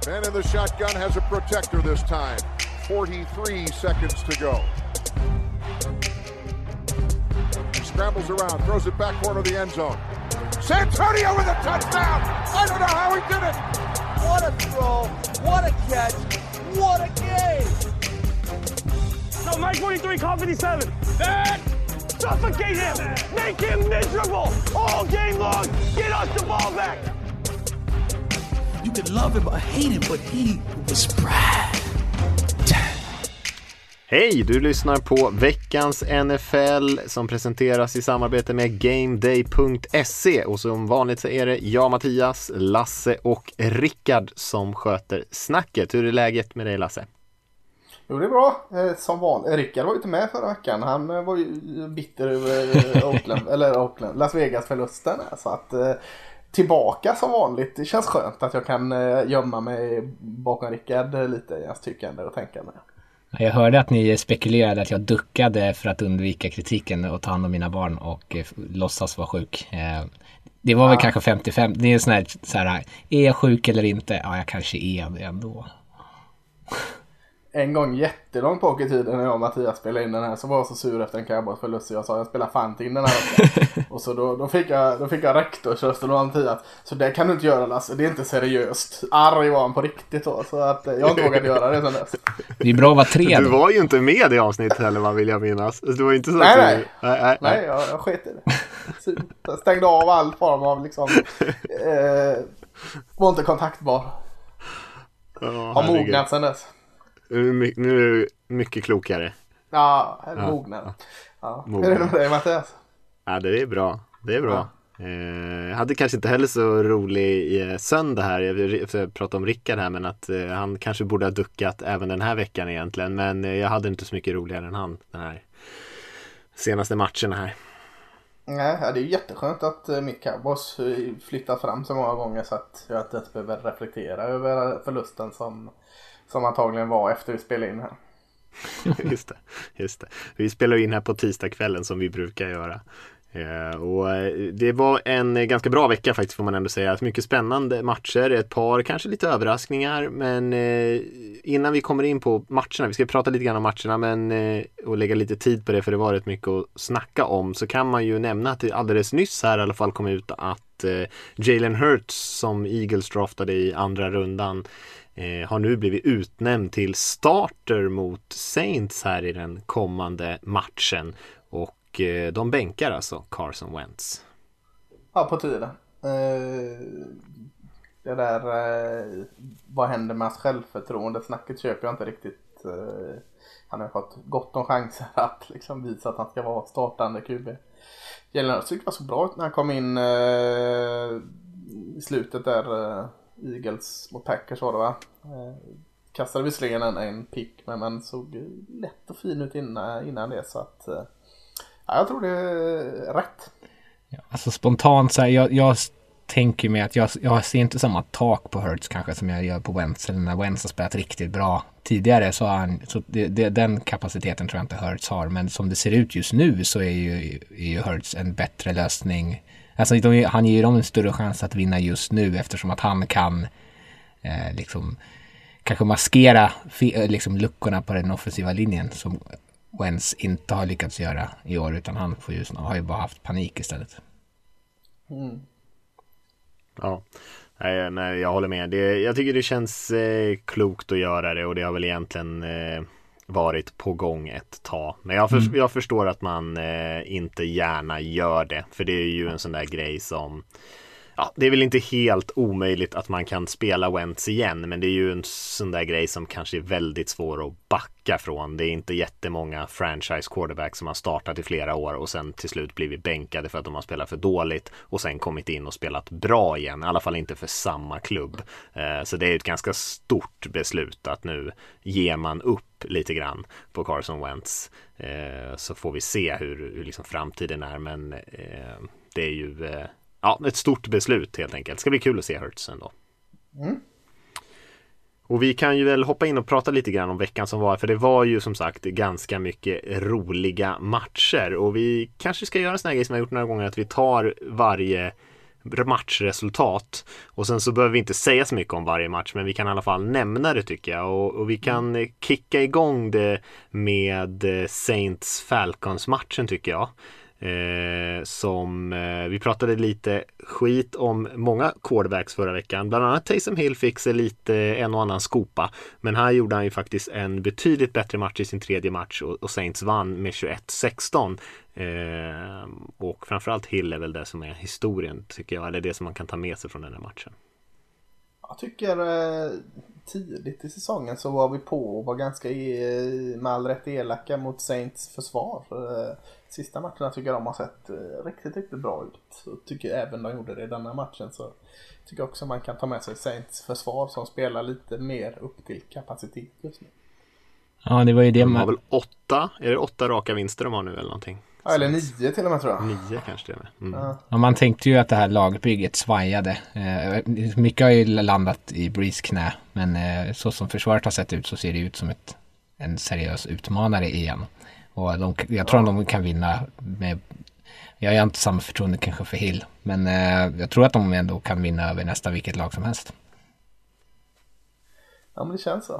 Man in the shotgun has a protector this time. 43 seconds to go. He scrambles around, throws it back corner of the end zone. Santonio with a touchdown! I don't know how he did it! What a throw, what a catch, what a game! No, Mike 43, call 57. That! Suffocate him! Make him miserable! All game long! Get us the ball back! You could love him or hate him, but he was Brad. Hej, du lyssnar på veckans NFL som presenteras i samarbete med GameDay.se och som vanligt så är det jag, Mattias, Lasse och Rickard som sköter snacket. Hur är läget med dig, Lasse? Jo, det är bra. Som vanligt. Rickard var ju inte med förra veckan. Han var ju bitter över Las Vegas-förlusten. Så att tillbaka som vanligt. Det känns skönt att jag kan gömma mig bakom Rickard lite i hans tyckande och tänkande. Jag hörde att ni spekulerade att jag duckade för att undvika kritiken och ta hand om mina barn och låtsas vara sjuk. Det var väl kanske 55. Det är så här, är jag sjuk eller inte? Ja, jag kanske är det ändå. En gång jättelångt bak i tiden när jag och Mattias spelade in den här så var jag så sur efter en Cowboys-förlust. Jag sa jag spelar fan till den här veckan. Och så då fick jag rektorsrösten och Mattias. Så det kan du inte göra, Lasse. Det är inte seriöst. Arg var han på riktigt då. Så att jag inte vågade göra det sen dess. Det är bra att vara tre. Du var ju inte med i avsnittet heller, vad vill jag minnas. Du var inte så Nej, jag sket i det. Jag stängde av all form av liksom var inte kontaktbar. Har mognat sen dess. Nu är du mycket klokare. Ja, mognad. Ja. Hur är det med dig, Mattias? Ja, det är bra. Det är bra. Jag hade kanske inte heller så rolig söndag här. Jag pratade om Rickard här, men att han kanske borde ha duckat även den här veckan egentligen. Men jag hade inte så mycket roligare än han den här senaste matchen här. Nej, det är ju jätteskönt att mitt Cowboys flyttar fram så många gånger så att jag inte ens behöver reflektera över förlusten som antagligen var efter vi spelade in här. Just det. Vi spelar in här på tisdagskvällen som vi brukar göra. Och det var en ganska bra vecka faktiskt, får man ändå säga. Mycket spännande matcher, ett par kanske lite överraskningar, men innan vi kommer in på matcherna, vi ska prata lite grann om matcherna och lägga lite tid på det, för det var rätt mycket att snacka om, så kan man ju nämna att det alldeles nyss här i alla fall kom ut att Jalen Hurts, som Eagles draftade i andra rundan, har nu blivit utnämnd till starter mot Saints här i den kommande matchen, och de bänkar alltså Carson Wentz. Ja, på tiden. Det där vad händer med hans självförtroende snacket köper jag inte riktigt. Han har fått gott om chanser att liksom visa att han ska vara startande QB. Jalen Hurts tyckte var så bra när han kom in i slutet där Eagles mot Packers var det, va? Kastade visserligen en pick, men såg lätt och fin ut innan det, så att jag tror det är rätt. Ja, alltså spontant så här, jag tänker mig att jag ser inte samma tak på Hurts kanske som jag gör på Wentz, eller när Wentz har spelat riktigt bra tidigare, så den kapaciteten tror jag inte Hurts har, men som det ser ut just nu så är ju Hurts en bättre lösning. Alltså han ger dem en större chans att vinna just nu, eftersom att han kan liksom kanske maskera liksom luckorna på den offensiva linjen som Wentz inte har lyckats göra i år, utan han har ju bara haft panik istället. Ja, nej, jag håller med. Jag tycker det känns klokt att göra det, och det har väl egentligen varit på gång ett tag. Men jag förstår att man inte gärna gör det, för det är ju en sån där grej som... Ja, det är väl inte helt omöjligt att man kan spela Wentz igen, men det är ju en sån där grej som kanske är väldigt svår att backa från. Det är inte jättemånga franchise quarterbacks som har startat i flera år och sen till slut blivit bänkade för att de har spelat för dåligt och sen kommit in och spelat bra igen, i alla fall inte för samma klubb. Så det är ett ganska stort beslut att nu ger man upp lite grann på Carson Wentz. Så får vi se hur liksom framtiden är, men det är ju... Ja, ett stort beslut helt enkelt. Det ska bli kul att se Hurts ändå. Och vi kan ju väl hoppa in och prata lite grann om veckan som var. För det var ju som sagt ganska mycket roliga matcher. Och vi kanske ska göra en sån här grej som jag har gjort några gånger. Att vi tar matchresultat. Och sen så behöver vi inte säga så mycket om varje match, men vi kan i alla fall nämna det tycker jag. Och vi kan kicka igång det med Saints Falcons-matchen tycker jag. Vi pratade lite skit om många quarterbacks förra veckan. Bland annat Taysom Hill fick sig lite en och annan skopa. Men här gjorde han ju faktiskt en betydligt bättre match i sin tredje match och Saints vann med 21-16. Och framförallt Hill är väl det som är historien tycker jag. Eller det som man kan ta med sig från den här matchen. Jag tycker tidigt i säsongen så var vi på och var ganska med all rätt elaka mot Saints försvar. Sista matcherna tycker jag de har sett riktigt bra ut. Så tycker jag även de gjorde det i denna matchen, så tycker jag också man kan ta med sig Saints försvar som spelar lite mer upp till kapacitet just nu. Ja, det var ju det de har väl 8 raka vinster de har nu eller någonting. Ja, eller 9 till och med tror jag. 9 kanske det är. Mm. Ja, man tänkte ju att det här lagbygget svajade. Mycket har ju landat i Breeze knä, men så som försvaret har sett ut så ser det ut som en seriös utmanare igen. Och jag tror att de kan vinna med... Jag har inte samma förtroende kanske för Hill, men jag tror att de ändå kan vinna över nästan vilket lag som helst. Ja, men det känns så.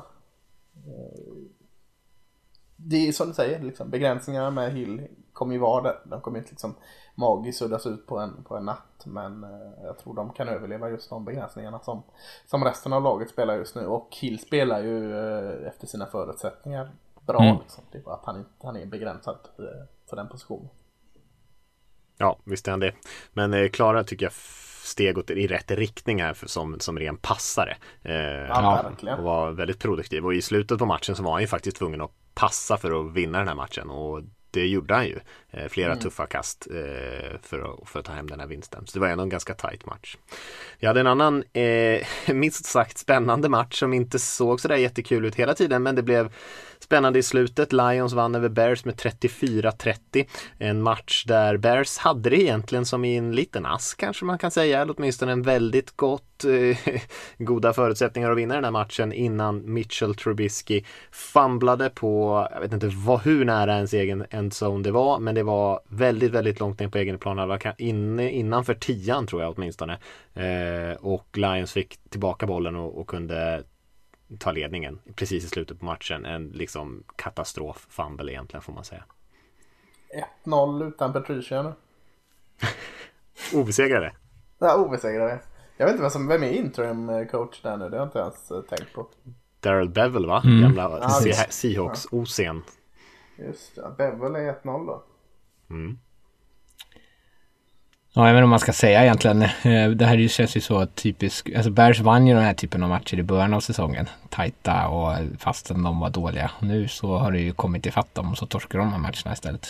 Det är som du säger, liksom, begränsningarna med Hill kommer ju vara där. De kommer inte liksom magiskt suddas ut på en natt, men jag tror de kan överleva just de begränsningarna som resten av laget spelar just nu. Och Hill spelar ju efter sina förutsättningar bra. Liksom. Det är bara att han är begränsad för den positionen. Ja, visst är han det. Men Klara tycker jag steg i rätt riktning här som ren passare. Och var väldigt produktiv. Och i slutet på matchen så var han ju faktiskt tvungen att passa för att vinna den här matchen. Och det gjorde han ju. Flera tuffa kast för att ta hem den här vinsten. Så det var ändå en ganska tight match. Vi hade en annan minst sagt spännande match som inte såg så där jättekul ut hela tiden, men det blev spännande i slutet. Lions vann över Bears med 34-30. En match där Bears hade det egentligen som i en liten ask kanske man kan säga. Eller åtminstone en väldigt goda förutsättningar att vinna den här matchen innan Mitchell Trubisky fumblade på, jag vet inte hur nära ens egen endzone det var, men det var väldigt, väldigt långt ner på egen plan. Det var innanför 10 tror jag åtminstone. Och Lions fick tillbaka bollen och kunde ta ledningen precis i slutet på matchen. En liksom katastrof-fumble egentligen får man säga. 1-0 utan Patricia nu. Obesegrade. Ja, obesegrade. Jag vet inte vem är interim coach där nu. Det har jag inte ens tänkt på. Darrell Bevel va? Gamla Seahawks-OC'n. Just det, Bevel är 1-0 då. Ja, jag vet inte om man ska säga egentligen. Det här känns ju så typiskt. Alltså Bears vann ju den här typen av matcher i början av säsongen. Tajta och fastän de var dåliga. Nu så har det ju kommit ifatt dem och så torskar de här matcherna istället.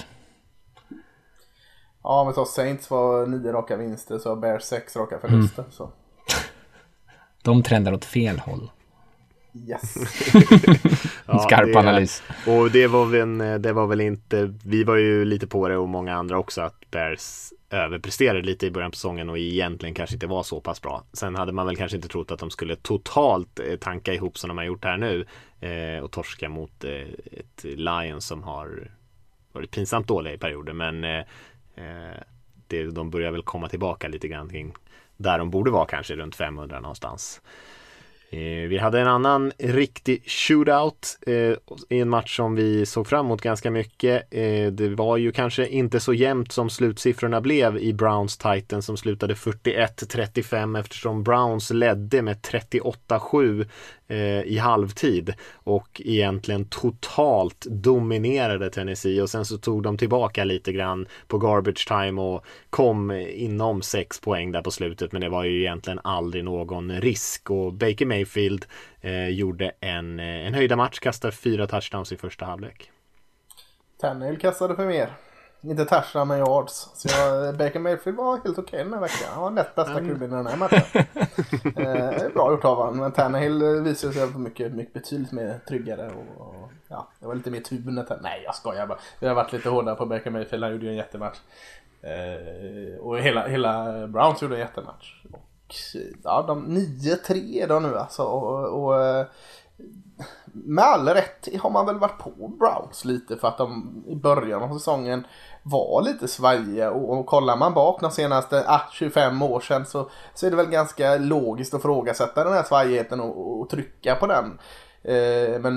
Ja, men så Saints var 9 raka vinster så Bears 6 raka förluster. Så. De trendar åt fel håll. Yes. Skarp analys. Och det var väl inte, vi var ju lite på det och många andra också, att Bears överpresterade lite i början på säsongen och egentligen kanske inte var så pass bra. Sen hade man väl kanske inte trott att de skulle totalt tanka ihop som de har gjort här nu och torska mot ett Lions som har varit pinsamt dåliga i perioder, men de börjar väl komma tillbaka lite grann kring där de borde vara, kanske runt 500 någonstans. Vi hade en annan riktig shootout i en match som vi såg fram emot ganska mycket. Det var ju kanske inte så jämnt som slutsiffrorna blev i Browns Titans som slutade 41-35 eftersom Browns ledde med 38-7 i halvtid och egentligen totalt dominerade Tennessee, och sen så tog de tillbaka lite grann på garbage time och kom inom 6 poäng där på slutet, men det var ju egentligen aldrig någon risk, och Baker Mayfield gjorde en höjda match, kastade 4 touchdowns i första halvlek. Tannehill kastade för mer. Inte touchdown med yards. Så Baker Mayfield var helt okej den här veckan. Han var näst bästa QB i den här matchen. Bra gjort av honom. Men Tannehill visade sig på mycket betydligt mer tryggare. Och ja, det var lite mer tunet här. Nej, jag skojar bara. Vi har varit lite hårdare på Baker Mayfield. Han gjorde ju en jättematch. Och hela Browns gjorde en jättematch. Och ja, de 9-3 då nu alltså. Och med all rätt har man väl varit på Browns lite för att de i början av säsongen var lite svajiga, och kollar man bak de senaste 25 år sedan så är det väl ganska logiskt att frågasätta den här svajigheten och trycka på den. Men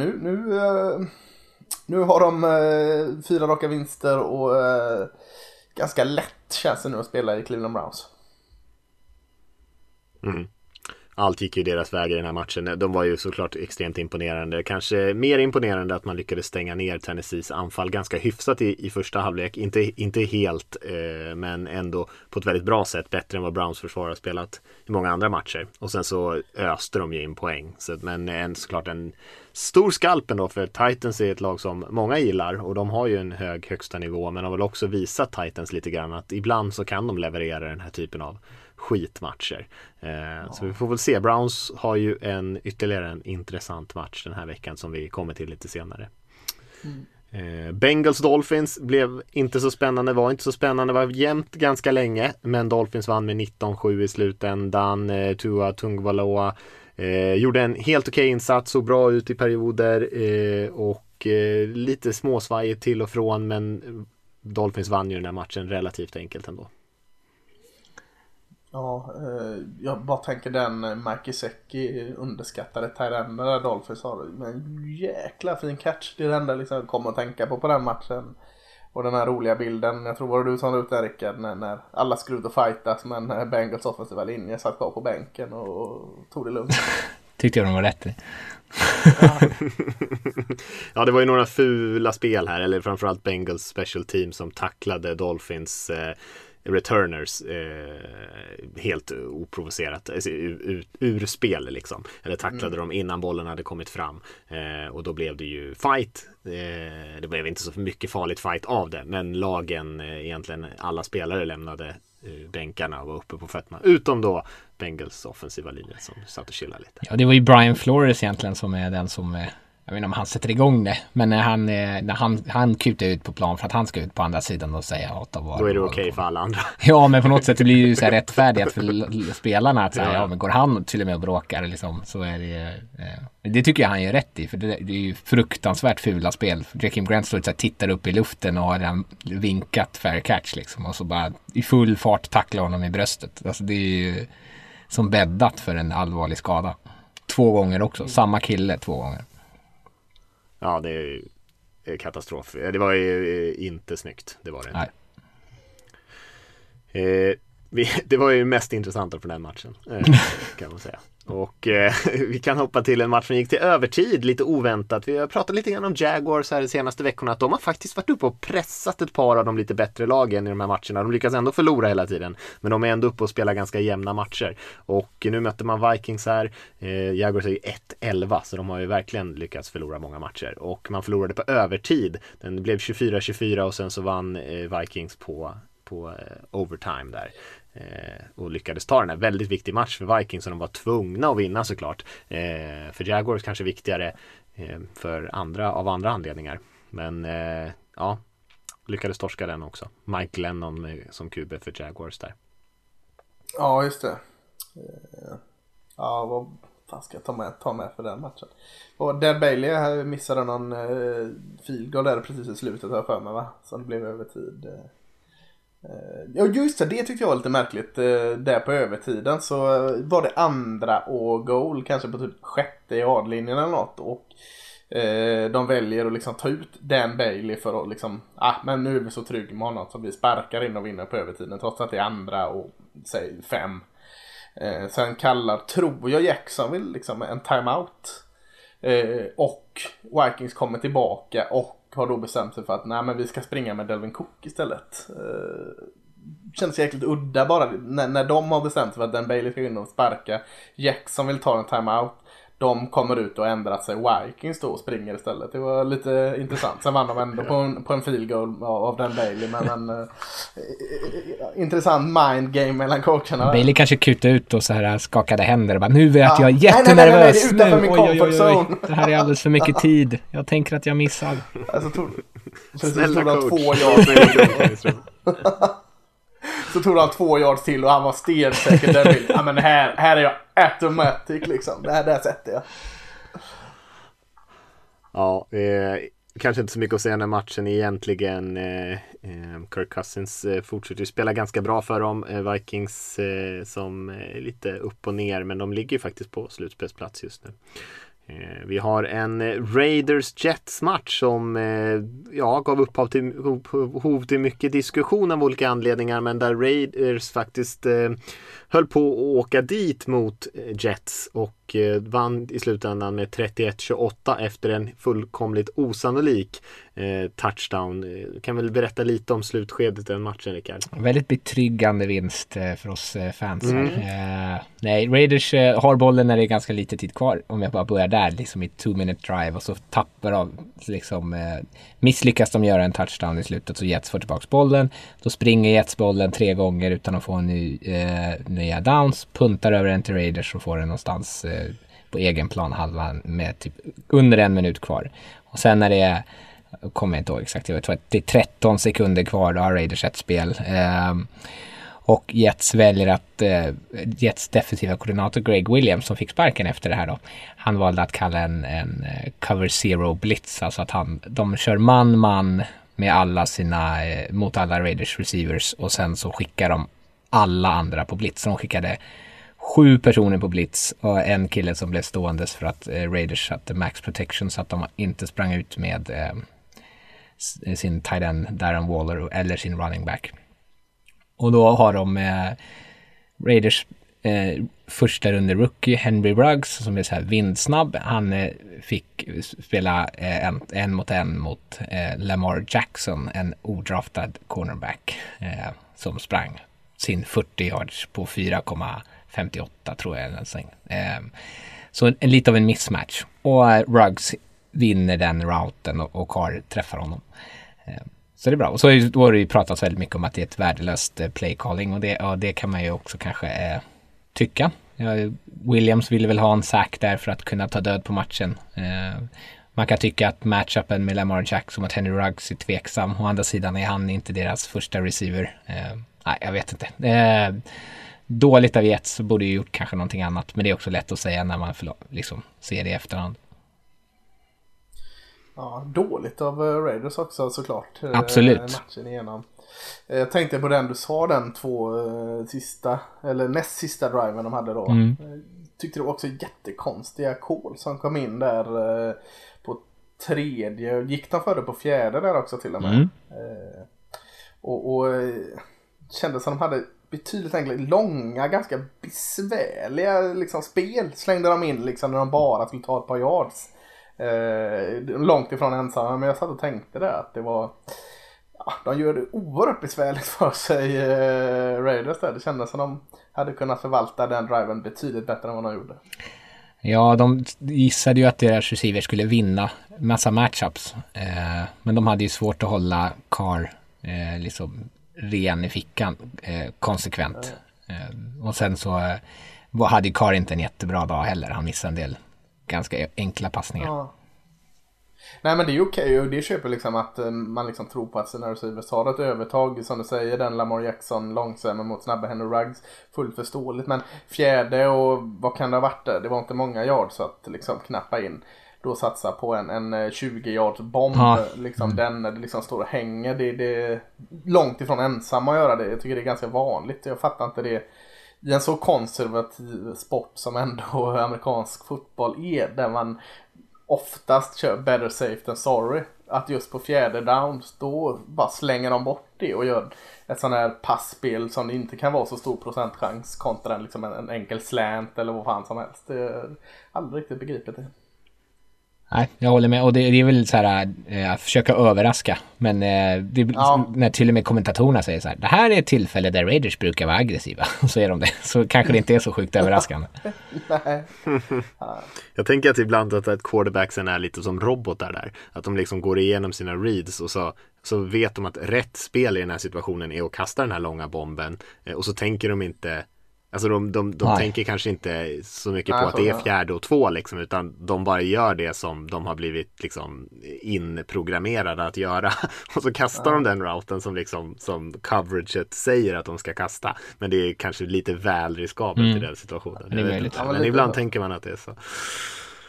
nu har de 4 raka vinster och ganska lätt känns det nu att spela i Cleveland Browns. Allt gick ju deras väg i den här matchen. De var ju såklart extremt imponerande. Kanske mer imponerande att man lyckades stänga ner Tennessees anfall ganska hyfsat i första halvlek. Inte helt, men ändå på ett väldigt bra sätt. Bättre än vad Browns försvar har spelat i många andra matcher. Och sen så öste de ju in poäng. Men såklart en stor skalp ändå, för Titans är ett lag som många gillar. Och de har ju en högsta nivå. Men har väl också visat Titans lite grann att ibland så kan de leverera den här typen av skitmatcher. Så vi får väl se. Browns har ju ytterligare en intressant match den här veckan som vi kommer till lite senare. Bengals Dolphins blev inte så spännande, var jämnt ganska länge, men Dolphins vann med 19-7 i slutändan. Tua Tagovailoa gjorde en helt okej insats, såg bra ut i perioder och lite småsvajigt till och från, men Dolphins vann ju den här matchen relativt enkelt ändå. Ja, jag bara tänker den Mike Gesicki underskattade tight-enden där Dolphins har, men jäkla fin catch. Det är det enda liksom jag kommer att tänka på den matchen. Och den här roliga bilden, jag tror var det du som var ute där, Rickard, när alla skulle ut och fightas, men Bengals offensiva linje satt kvar på bänken och tog det lugnt. Tyckte jag de var rätt i. Ja, det var ju några fula spel här, eller framförallt Bengals special team som tacklade Dolphins returners helt oprovocerat, alltså, ur spel liksom, eller tacklade dem innan bollen hade kommit fram, och då blev det ju fight. Det blev inte så mycket farligt fight av det, men lagen, egentligen alla spelare lämnade bänkarna och var uppe på fötterna, utom då Bengals offensiva linje som satt och chillade lite. Ja, det var ju Brian Flores egentligen som är den som jag vet inte om han sätter igång det, men när han kutar ut på plan för att han ska ut på andra sidan och säga då är det okej för alla andra. Ja, men på något sätt det blir ju så här rättfärdigt för spelarna att säga, ja, men går han till och med och bråkar liksom, så är det tycker jag han gör rätt i, för det är ju fruktansvärt fula spel. Jakeem Grant står och tittar upp i luften och har redan vinkat fair catch liksom, och så bara i full fart tacklar honom i bröstet. Alltså det är ju som bäddat för en allvarlig skada. 2 gånger också, samma kille 2 gånger. Ja, det är katastrof. Det var ju inte snyggt. Det var det inte. Det var ju mest intressanta på den matchen, kan man säga. Och vi kan hoppa till en match som gick till övertid, lite oväntat. Vi har pratat lite grann om Jaguars här de senaste veckorna, att de har faktiskt varit uppe och pressat ett par av de lite bättre lagen i de här matcherna. De lyckas ändå förlora hela tiden, men de är ändå uppe och spelar ganska jämna matcher. Och nu möter man Vikings här. Jaguars är ju 1-11, så de har ju verkligen lyckats förlora många matcher. Och man förlorade på övertid. Den blev 24-24 och sen så vann Vikings på overtime där. Och lyckades ta den här väldigt viktig match för Vikings som de var tvungna att vinna såklart. För Jaguars kanske viktigare för andra anledningar. Men ja, lyckades torska den också. Mike Lennon som QB för Jaguars där. Ja, just det. Ja, vad fan ska jag ta med för den matchen? Och Dan Bailey missade någon field goal där precis i slutet här för mig, va? Så det blev övertid. Ja, just det tyckte jag var lite märkligt. Där på övertiden så var det andra och goal, kanske på typ 6:e yardlinjen eller något, och de väljer att liksom ta ut Dan Bailey för att liksom, men nu är vi så trygga med honom så vi sparkar in och vinner på övertiden trots att det är andra och säg 5. Sen kallar, tror jag, Jacksonville liksom en timeout, och Vikings kommer tillbaka och har då bestämt sig för att men vi ska springa med Delvin Cook istället. Känns jäkligt udda bara när de har bestämt sig för att Dan Bailey ska in och sparka. Jackson vill ta en timeout. De kommer ut och ändrar sig. Vikings då och springer istället. Det var lite intressant. Sen vann de ändå på en field goal av Dan Bailey. Men intressant mind game mellan coacherna. Bailey kanske kutade ut och så här skakade händer och bara, nu vet jag jättenervös. Utanför min comfort zone. Det här är alldeles för mycket tid. Jag tänker att jag missar. Snälla coach. Så tog han 2 yards till och han var stensäker där. Men här är jag automatic liksom. Det här sätter jag. Ja, kanske inte så mycket att säga när matchen egentligen. Kirk Cousins fortsätter spela ganska bra för dem. Vikings som är lite upp och ner, men de ligger ju faktiskt på slutspelsplats just nu. Vi har en Raiders-Jets-match som gav upphov till mycket diskussion av olika anledningar, men där Raiders faktiskt höll på att åka dit mot Jets och vann i slutändan med 31-28 efter en fullkomligt osannolik touchdown. Kan väl berätta lite om slutskedet i den matchen, Rickard? Väldigt betryggande vinst för oss fans. Nej, Raiders har bollen när det är ganska lite tid kvar. Om jag bara börjar där, liksom i 2-minute drive, och så tappar av, liksom misslyckas de göra en touchdown i slutet, så Jets får tillbaka bollen. Då springer Jets bollen 3 gånger utan att få nya downs, puntar över den till Raiders och får den någonstans på egen plan halvan med typ under 1 minut kvar. Och sen när det är, kommer jag inte ihåg exakt, jag tror att det är 13 sekunder kvar, då har Raiders ett spel. Och Jets väljer att Jets defensiva koordinator Greg Williams, som fick sparken efter det här då, han valde att kalla en cover zero blitz, alltså att de kör man med alla sina mot alla Raiders receivers, och sen så skickar de alla andra på blitz. De skickade 7 personer på blitz och en kille som blev ståendes för att Raiders satte max protection så att de inte sprang ut med sin tight end Darren Waller eller sin running back. Och då har de Raiders första runde rookie Henry Ruggs, som är så här vindsnabb. Han fick spela en mot Lamar Jackson, en odraftad cornerback som sprang sin 40 yards på 4,58 tror jag. Så lite av en mismatch. Och Ruggs vinner den routen och Carr träffar honom. Så det är bra. Och så har det ju pratats väldigt mycket om att det är ett värdelöst play calling, och det kan man ju också kanske tycka. Williams ville väl ha en sack där för att kunna ta död på matchen. Man kan tycka att matchupen med Lamar Jackson mot Henry Ruggs är tveksam. Å andra sidan är han inte deras första receiver. Nej, jag vet inte. Dåligt av Jets, så borde ju gjort kanske någonting annat. Men det är också lätt att säga när man liksom ser det i efterhand. Ja, dåligt av Raiders också såklart. Absolut. Matchen igenom. Jag tänkte på den du sa, den näst sista driven de hade då. Tyckte det var också jättekonstiga call som kom in där på 3:e. Gick de före på 4:e där också till och med. Och kändes som de hade betydligt enkelt långa, ganska besvärliga liksom, spel slängde de in liksom, när de bara skulle ta ett par yards. Långt ifrån ensamma, men jag satt och tänkte där att det var de gör det oerhört besvärligt för sig Raiders där. Det kändes som de hade kunnat förvalta den driven betydligt bättre än vad de gjorde. Ja, de gissade ju att deras receiver skulle vinna massa matchups, men de hade ju svårt att hålla Carr liksom ren i fickan konsekvent. Och sen så hade ju Carr inte en jättebra dag heller. Han missade en del ganska enkla passningar. Ja. Nej, men det är ju okej, och det köper liksom att man liksom tror på att sina receivers har ett övertag, som du säger, den Lamar Jackson långsamma mot snabba Henry Ruggs, fullt förståeligt, men 4:e och vad kan det ha varit där? Det var inte många yards så att liksom knappa in. Då satsa på en 20 yards bomb, liksom den när det liksom står och hänger, det är långt ifrån ensamma att göra det. Jag tycker det är ganska vanligt. Jag fattar inte det i en så konservativ sport som ändå amerikansk fotboll är, där man oftast kör better safe than sorry, att just på 4:e down då bara slänger de bort det och gör ett sån här passspel som det inte kan vara så stor procentchans kontra liksom en enkel slant eller vad fan som helst. Det är aldrig riktigt begripligt det. Nej, jag håller med. Och det är väl så här att försöka överraska. Men när till och med kommentatorerna säger så här: det här är ett tillfälle där Raiders brukar vara aggressiva. Så är de det. Så kanske det inte är så sjukt överraskande. Nej. Jag tänker att ibland att quarterbacksen är lite som robotar där. Att de liksom går igenom sina reads och så vet de att rätt spel i den här situationen är att kasta den här långa bomben. Och så tänker de inte... Alltså de tänker kanske inte så mycket på att det är 4:e och 2 liksom, utan de bara gör det som de har blivit liksom inprogrammerade att göra, och så kastar de den routen som coveraget säger att de ska kasta, men det är kanske lite väl riskabelt i den situationen. Men ibland tänker man att det är så.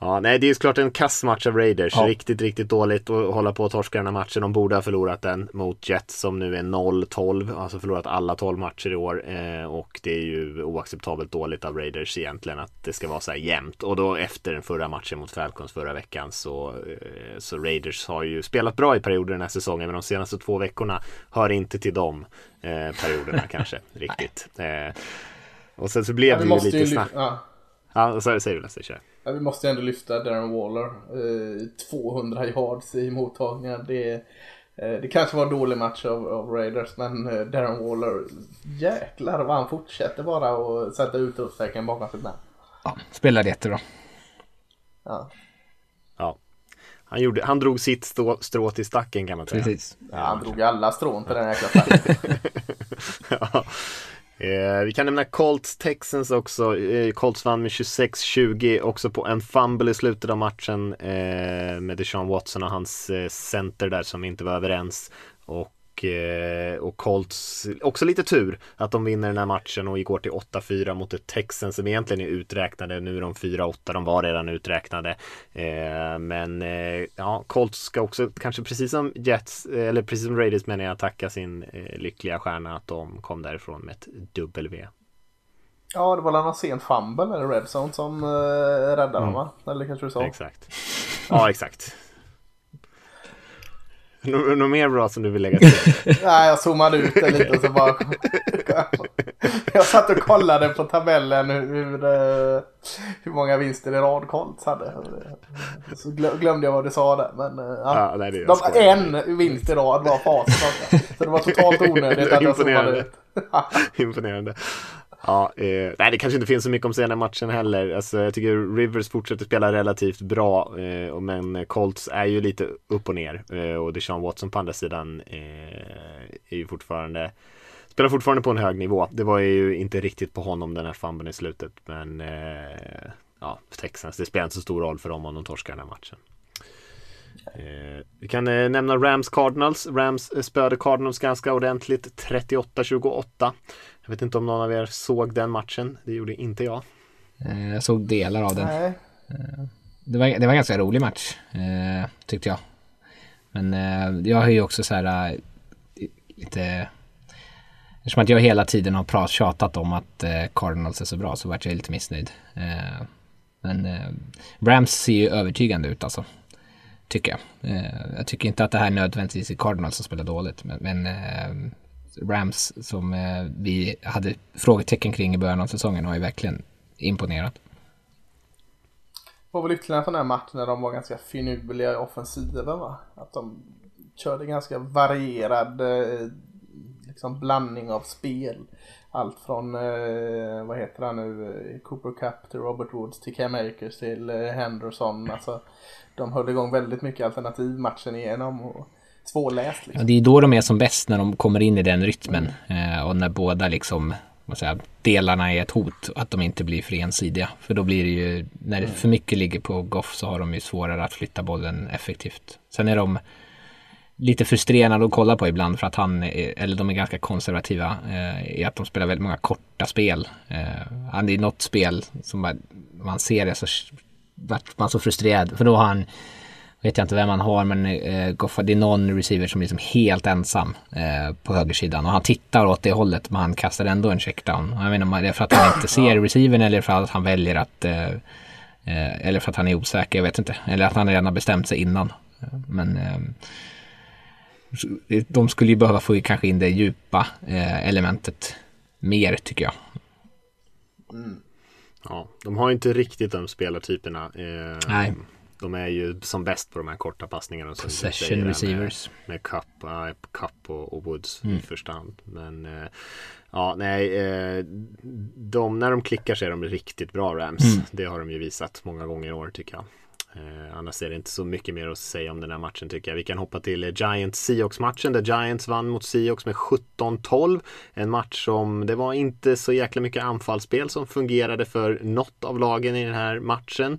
Ja, nej, det är såklart en kassmatch av Raiders. Ja. Riktigt dåligt att hålla på och torska den här matchen. De borde ha förlorat den mot Jets som nu är 0-12. Alltså förlorat alla 12 matcher i år. Och det är ju oacceptabelt dåligt av Raiders egentligen att det ska vara så här jämnt. Och då efter den förra matchen mot Falcons förra veckan så Raiders har ju spelat bra i perioder den här säsongen. Men de senaste 2 veckorna hör inte till de perioderna kanske riktigt. Och sen så blev det ju lite snabbt. Ja, så säger du nästan, kör. Ja, vi måste ändå lyfta Darren Waller. 200 yards i mottagningen. Det kanske var en dålig match av Raiders, men Darren Waller, jäklar vad han fortsätter bara att sätta ut utropstecken bakom sitt namn. Ja, spelade jättebra. Ja. Han drog sitt strå till stacken kan man säga. Precis. Ja, han drog alla strån till den här stacken. Ja. Vi kan nämna Colts Texans också. Colts vann med 26-20 också på en fumble i slutet av matchen med Deshaun Watson och hans center där som inte var överens. Och Colts också lite tur att de vinner den här matchen och går till 8-4 mot ett Texans som egentligen är uträknade. Nu är de 4-8, de var redan uträknade. Men Colts ska också kanske precis som Jets eller precis som Raiders menar jag tacka sin lyckliga stjärna att de kom därifrån med ett W. Ja, det var någon sen fumble eller red zone som räddade dem, va? Eller kanske du sa? Exakt. Ja, exakt. Något mer bra som du vill lägga till? Nej, jag zoomade ut det lite och så bara... Jag satt och kollade på tabellen hur många vinster i rad Colts hade. Så glömde jag vad du sa där. Men nej, en vinst i rad var facit. Så det var totalt onödigt att jag zoomade ut. Imponerande. Ja, nej, det kanske inte finns så mycket om senare matchen heller. Alltså, jag tycker Rivers fortsätter spela relativt bra, men Colts är ju lite upp och ner. Och Deshaun Watson på andra sidan är ju spelar fortfarande på en hög nivå. Det var ju inte riktigt på honom den här fumblen i slutet, men Texans, det spelar inte så stor roll för dem om de torskar den här matchen. Vi kan nämna Rams Cardinals. Rams spöade Cardinals ganska ordentligt 38-28. Jag vet inte om någon av er såg den matchen. Det gjorde inte jag. Jag såg delar av den. Nej. Det var en ganska rolig match, tyckte jag. Men jag har ju också så här lite... Eftersom att jag hela tiden har tjatat om att Cardinals är så bra så vart jag lite missnöjd. Men Rams ser ju övertygande ut alltså. Tycker jag. Jag tycker inte att det här är nödvändigtvis i Cardinals som spelar dåligt. Men Rams som vi hade frågetecken kring i början av säsongen har ju verkligen imponerat. Det var väl ytterligare en sån här match när de var ganska finurliga i offensiven, va? Att de körde ganska varierad liksom blandning av spel. Allt från vad heter han nu, Cooper Kupp till Robert Woods till Cam Akers till Henderson. Alltså, de höll igång väldigt mycket alternativ matchen igenom och svårläst liksom. Ja, det är då de är som bäst, när de kommer in i den rytmen och när båda liksom, vad säger, delarna är ett hot, att de inte blir för ensidiga. För då blir det ju, när det för mycket ligger på Goff så har de ju svårare att flytta bollen effektivt. Sen är de lite frustrerande att kolla på ibland för att de är ganska konservativa i att de spelar väldigt många korta spel. Det är något spel som man ser det så vart man så frustrerad, för då har han, vet jag inte vem man har, men Goffa, det är någon receiver som är liksom helt ensam på högersidan och han tittar åt det hållet men han kastar ändå en checkdown. Jag menar, är det för att han inte ser receivern eller för att han väljer att eller för att han är osäker, jag vet inte, eller att han redan har bestämt sig innan. Men de skulle ju behöva få kanske in det djupa elementet mer, tycker jag. Ja, de har ju inte riktigt de spelartyperna. Nej. De är ju som bäst på de här korta passningarna. Possession receivers. Med Cup och Woods i första hand. Men när de klickar så är de riktigt bra, Rams. Det har de ju visat många gånger i år, tycker jag. Annars är det inte så mycket mer att säga om den här matchen, tycker jag. Vi kan hoppa till Giants-Seahawks-matchen där Giants vann mot Seahawks med 17-12. En match som, det var inte så jäkla mycket anfallsspel som fungerade för något av lagen i den här matchen.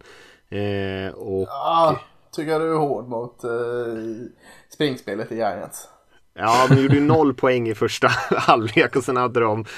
Tycker du är hård mot springspelet i Giants? Ja, de gjorde ju 0 poäng i första halvlek och sen hade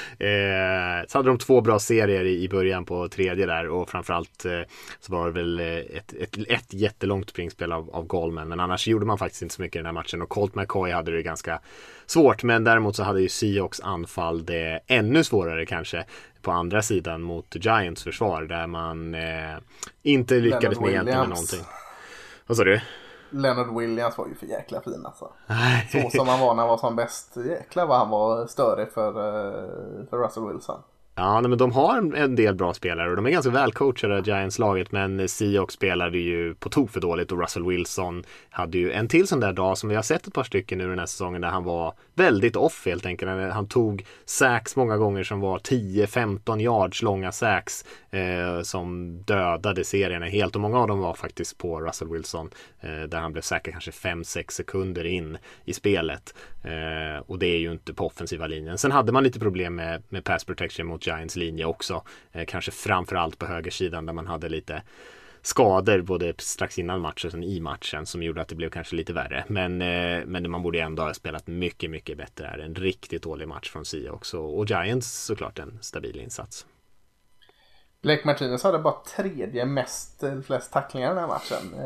de 2 bra serier i början på tredje där och framförallt så var det väl ett jättelångt springspel av Gallman, men annars gjorde man faktiskt inte så mycket i den här matchen och Colt McCoy hade det ganska svårt, men däremot så hade ju Seahawks anfall det ännu svårare kanske på andra sidan mot Giants försvar där man inte lyckades med egentligen med någonting. Vad sa du? Leonard Williams var ju för jäkla fin alltså. Så som han var när han var som bäst. Jäkla vad han var större för Russell Wilson. Ja, men de har en del bra spelare och de är ganska välcoachade Giants-laget, men Seahawks spelade ju på tok för dåligt och Russell Wilson hade ju en till sån där dag som vi har sett ett par stycken nu den här säsongen där han var väldigt off helt enkelt. Han tog sacks många gånger som var 10-15 yards långa sacks som dödade serierna helt och många av dem var faktiskt på Russell Wilson där han blev sackad kanske 5-6 sekunder in i spelet och det är ju inte på offensiva linjen. Sen hade man lite problem med pass protection mot Giants linje också. Kanske framförallt på högersidan där man hade lite skador både strax innan matchen och sen i matchen som gjorde att det blev kanske lite värre. Men man borde ändå ha spelat mycket, mycket bättre här. En riktigt dålig match från Seahawks och Giants såklart en stabil insats. Blake Martinez hade bara flest tacklingar i den här matchen.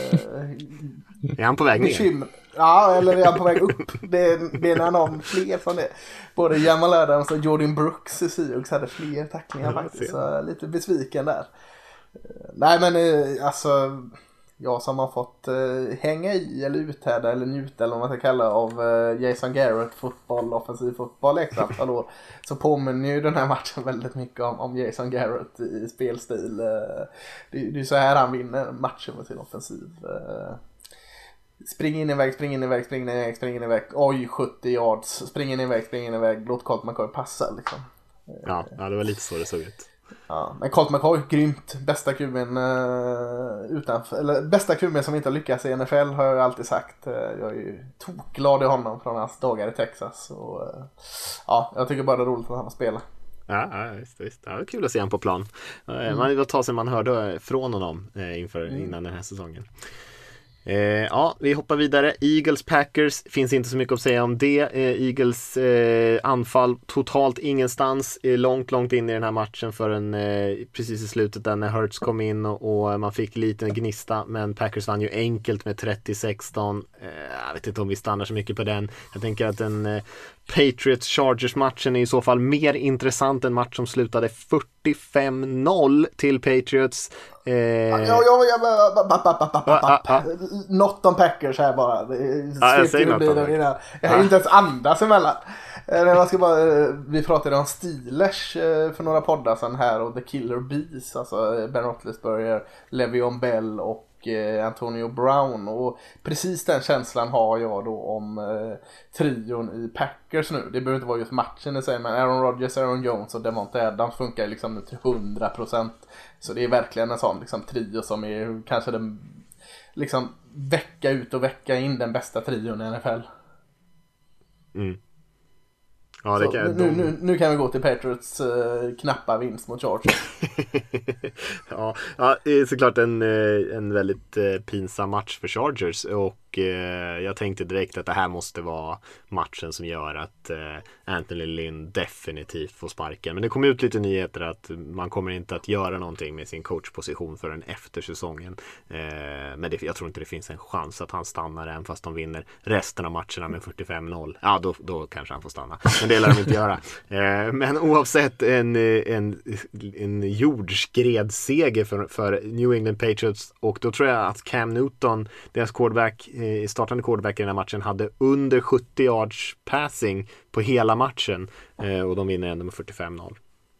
Är han på väg ner? Ja, eller är han på väg upp? Det är när någon fler från det. Både Jamal Adams och Jordan Brooks i Seahawks hade fler tacklingar faktiskt. Så lite besviken där. Nej men alltså jag som har fått hänga i eller uthärda eller njuta eller vad man ska kalla av Jason Garrett offensiv fotboll exakt då, så påminner ju den här matchen väldigt mycket om Jason Garrett i spelstil. Det är så här han vinner matchen med sin offensiv. Spring in i väg. Oj, 70 yards. Spring in i väg. Låt Colt McCoy passa liksom. Ja, det var lite så det såg ut. Ja, men Colt McCoy, grymt. Bästa kuben bästa kuben som inte har lyckats i NFL har jag alltid sagt. Jag är ju tokglad i honom från hans dagar i Texas. Och, ja, jag tycker bara det är roligt att han spelar. Ja, visst. Ja, det är kul att se han på plan. Man vill ta sig man hörde från honom innan den här säsongen. Ja, vi hoppar vidare. Eagles Packers, finns inte så mycket att säga om det. Eagles anfall totalt ingenstans, långt in i den här matchen förrän precis i slutet där när Hurts kom in och man fick lite gnista, men Packers vann ju enkelt med 30-16. Jag vet inte om vi stannar så mycket på den. Jag tänker att den Patriots-Chargers-matchen är i så fall mer intressant än match som slutade 45-0 till Patriots. Not on Packers här bara. Jag har inte ens andas emellan. Vi pratade om Steelers för några poddar sedan här och The Killer Bees, alltså Ben Roethlisberger, Le'Veon Bell och Antonio Brown, och precis den känslan har jag då om trion i Packers nu. Det behöver inte vara just matchen i sig, men Aaron Rodgers, Aaron Jones och Devontae Adams funkar liksom nu till 100%. Så det är verkligen en sån liksom trio som är kanske den liksom vecka ut och vecka in den bästa trion i NFL. Ja, nu kan vi gå till Patriots knappa vinst mot Chargers. ja, det är såklart en väldigt pinsam match för Chargers och jag tänkte direkt att det här måste vara matchen som gör att Anthony Lynn definitivt får sparken. Men det kom ut lite nyheter att man kommer inte att göra någonting med sin coachposition förrän efter säsongen. Men jag tror inte det finns en chans att han stannar även fast de vinner resten av matcherna med 45-0. Ja, då kanske han får stanna. Men det lär de inte göra. Men oavsett en jordskredsseger för New England Patriots, och då tror jag att Cam Newton, deras startande quarterback i den här matchen, hade under 70 yards passing på hela matchen och de vinner ändå med 45-0.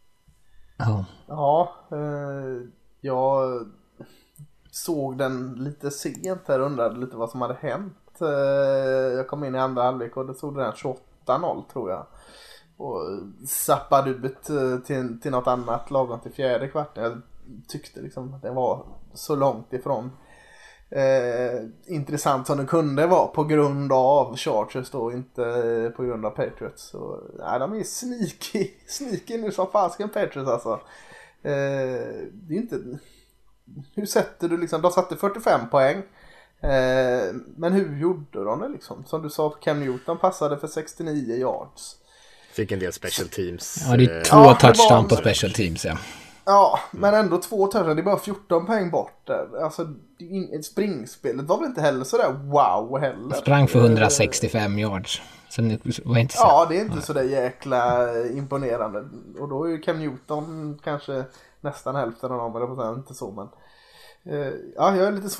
Ja, jag såg den lite sent här och undrade lite vad som hade hänt. Jag kom in i andra halvlek och det stod den 28-0 tror jag. Och zappade ut till något annat lagom till fjärde kvarten. Jag tyckte liksom att det var så långt ifrån intressant som det kunde vara på grund av Chargers då, inte på grund av Patriots. Så, de är sneaky nu som fasken Patriots alltså. Det är inte... Hur sätter du liksom... De satte 45 poäng. Men hur gjorde de det liksom? Som du sa, Cam Newton passade för 69 yards. Fick en del special teams. Ja, det är 2 touchdown på special teams, ja. Ja, men ändå 2 touchdown. Det är bara 14 poäng bort där. Alltså, springspelet var väl inte heller sådär wow heller. Sprang för 165 yards. Så det var inte så. Ja, det är inte så där jäkla imponerande. Och då är ju Cam Newton kanske nästan hälften av dem, eller på inte så, men ja, jag är lite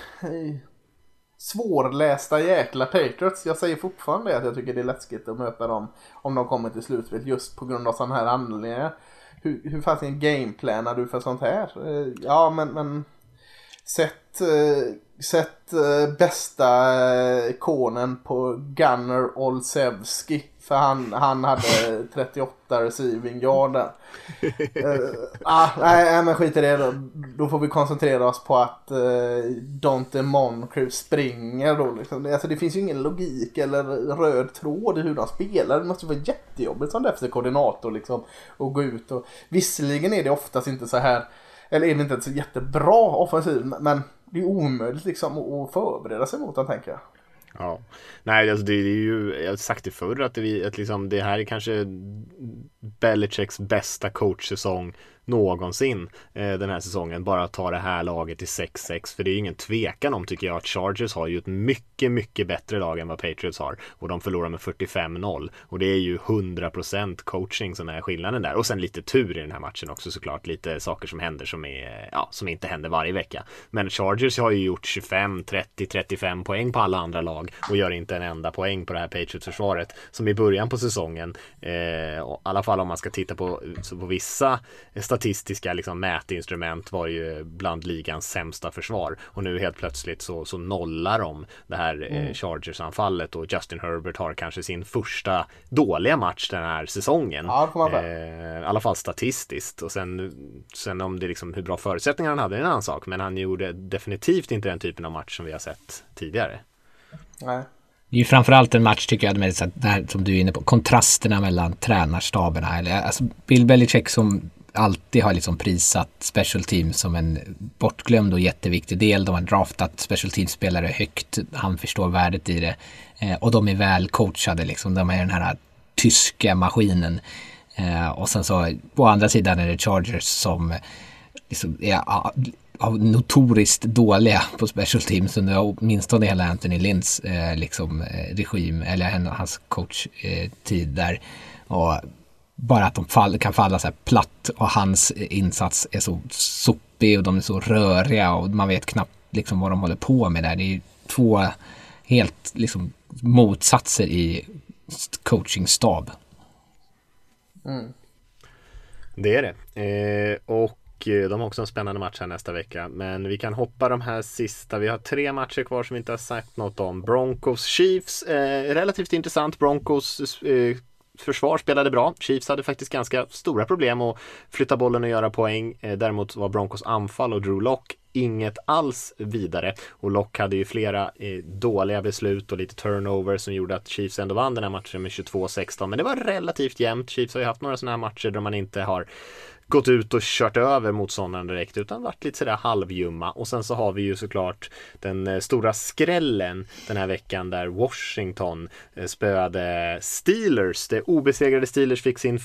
svårlästa jäkla Patriots. Jag säger fortfarande att jag tycker det är läskigt att möta dem om de kommer till slutspel, just på grund av sådana här anledningar. Hur fanns en gameplanar du för sånt här? Ja, men Sätt bästa ikonen på Gunnar Olszewski, för han hade 38 receiving yard där. Nej, men skit i det då får vi koncentrera oss på att Dante Moncrief springer då liksom. Alltså, det finns ju ingen logik eller röd tråd i hur de spelar. Det måste ju vara jättejobbigt som defensiv koordinator liksom, att gå ut och visserligen är det oftast inte så här, eller är det inte så jättebra offensiv, men det är omöjligt liksom att förbereda sig mot den, tänker jag. Ja, nej, alltså det är ju, jag har sagt det förr att liksom, det här är kanske Belichicks bästa coachsäsong någonsin den här säsongen, bara att ta det här laget till 6-6, för det är ingen tvekan om, tycker jag, att Chargers har ju ett mycket, mycket bättre lag än vad Patriots har, och de förlorar med 45-0, och det är ju 100% coaching som är skillnaden där, och sen lite tur i den här matchen också såklart, lite saker som händer som inte händer varje vecka, men Chargers har ju gjort 25, 30, 35 poäng på alla andra lag och gör inte en enda poäng på det här Patriots-försvaret som i början på säsongen, i alla fall om man ska titta på vissa statistiska liksom mätinstrument, var ju bland ligans sämsta försvar, och nu helt plötsligt så nollar de det här Chargers-anfallet, och Justin Herbert har kanske sin första dåliga match den här säsongen, i alla fall statistiskt, och sen om det liksom hur bra förutsättningar han hade är en annan sak, men han gjorde definitivt inte den typen av match som vi har sett tidigare. Nej. Det är ju framförallt en match, tycker jag, med så det här som du är inne på, kontrasterna mellan tränarstaberna, eller alltså Bill Belichick som alltid har liksom prisat special teams som en bortglömd och jätteviktig del. De har draftat special teams-spelare högt. Han förstår värdet i det. Och de är väl coachade liksom. De är den här tyska maskinen. Och sen så på andra sidan är det Chargers som liksom är notoriskt dåliga på special teams under åtminstone hela Anthony Lynns liksom regim, eller hans coach-tid där. Och bara att de kan falla så här platt, och hans insats är så sopig och de är så röriga och man vet knappt liksom vad de håller på med där. Det är 2 helt liksom motsatser i coachingstab. Det är det. Och de har också en spännande match här nästa vecka, men vi kan hoppa de här sista. Vi har 3 matcher kvar som vi inte har sagt något om. Broncos Chiefs, relativt intressant. Broncos försvar spelade bra. Chiefs hade faktiskt ganska stora problem att flytta bollen och göra poäng. Däremot var Broncos anfall och Drew Lock inget alls vidare, och Lock hade ju flera dåliga beslut och lite turnover som gjorde att Chiefs ändå vann den här matchen med 22-16, men det var relativt jämnt. Chiefs har ju haft några sådana här matcher där man inte har gått ut och kört över motståndaren direkt, utan varit lite sådär halvjumma. Och sen så har vi ju såklart den stora skrällen den här veckan där Washington spöade Steelers. Det obesegrade Steelers fick sin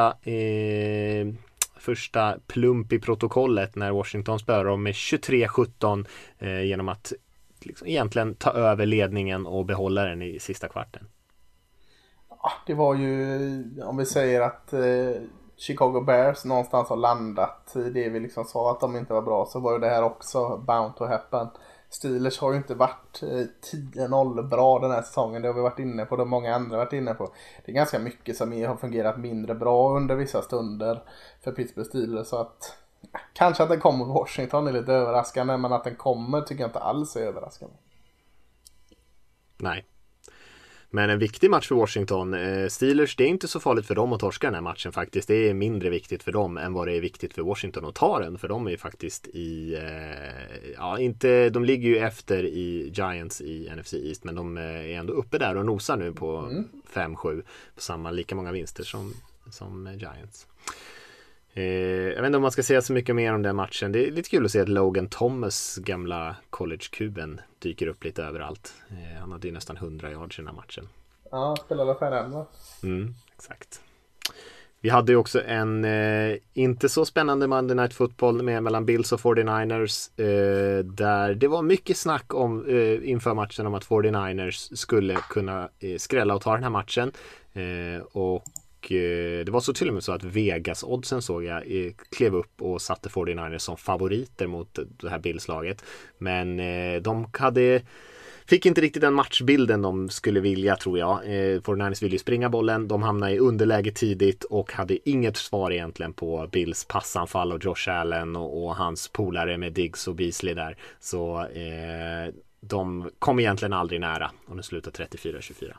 första plump i protokollet när Washington spöade dem med 23-17 genom att liksom egentligen ta över ledningen och behålla den i sista kvarten. Ja, det var ju, om vi säger att Chicago Bears någonstans har landat i det vi liksom sa att de inte var bra, så var ju det här också bound to happen. Steelers har ju inte varit 10-0 bra den här säsongen. Det har vi varit inne på, det har många andra varit inne på. Det är ganska mycket som har fungerat mindre bra under vissa stunder för Pittsburgh Steelers, så att kanske att den kommer på Washington är lite överraskande, men att den kommer tycker jag inte alls är överraskande. Nej. Men en viktig match för Washington. Steelers, det är inte så farligt för dem att torska den här matchen faktiskt. Det är mindre viktigt för dem än vad det är viktigt för Washington att ta den. För de är ju faktiskt de ligger ju efter i Giants i NFC East, men de är ändå uppe där och nosar nu på 5-7 på lika många vinster som Giants. Jag vet inte om man ska säga så mycket mer om den matchen. Det är lite kul att se att Logan Thomas, gamla college-kuben, dyker upp lite överallt. Han hade ju nästan 100 yards i den här matchen. Ja, spelade för den, va? Exakt. Vi hade ju också en inte så spännande Monday Night Football mellan Bills och 49ers där det var mycket snack om inför matchen om att 49ers skulle kunna skrälla och ta den här matchen. Och det var så till och med så att Vegas-oddsen såg jag klev upp och satte 49ers som favoriter mot det här Bills-laget. Men de fick inte riktigt den matchbilden de skulle vilja, tror jag. 49ers ville ju springa bollen, de hamnade i underläge tidigt och hade inget svar egentligen på Bills passanfall och Josh Allen och hans polare med Diggs och Beasley där. Så de kom egentligen aldrig nära och nu slutar 34-24.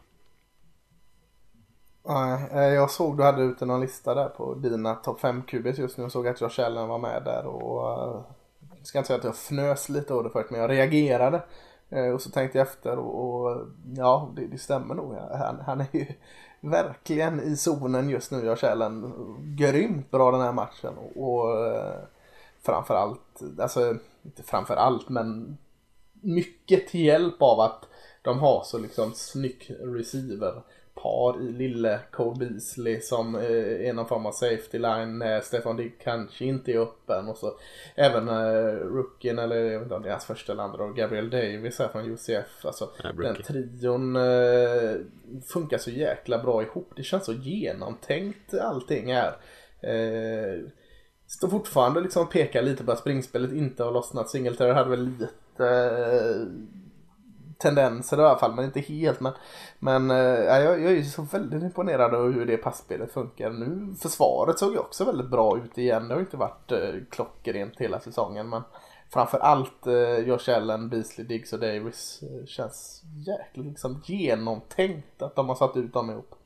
Jag såg du hade ute någon lista där på dina topp 5 QBs just nu och såg att Josh Allen var med där och jag ska inte säga att jag fnös lite av det förut, men jag reagerade och så tänkte jag efter och ja, det stämmer nog. Han är ju verkligen i zonen just nu, Josh Allen. Grymt bra den här matchen och framförallt, alltså inte framförallt, men mycket till hjälp av att de har så liksom snygg receiver par i lille Cole Beasley som är någon form av safety line när Stefan Digg kanske inte är öppen, och så även rookien, eller jag vet inte om det är hans första eller andra, och Gabriel Davis här från UCF, alltså den trion funkar så jäkla bra ihop, det känns så genomtänkt allting här. Står fortfarande liksom pekar lite på att springspelet inte har lossnat. Singletary hade väl lite tendenser i alla fall, men inte helt. Men jag är ju så väldigt imponerad av hur det passspelet funkar. Nu försvaret såg ju också väldigt bra ut igen. Det har inte varit klockrent hela säsongen, men framförallt Josh Allen, Beasley, Diggs och Davis känns jäkligt liksom genomtänkt att de har satt ut dem ihop.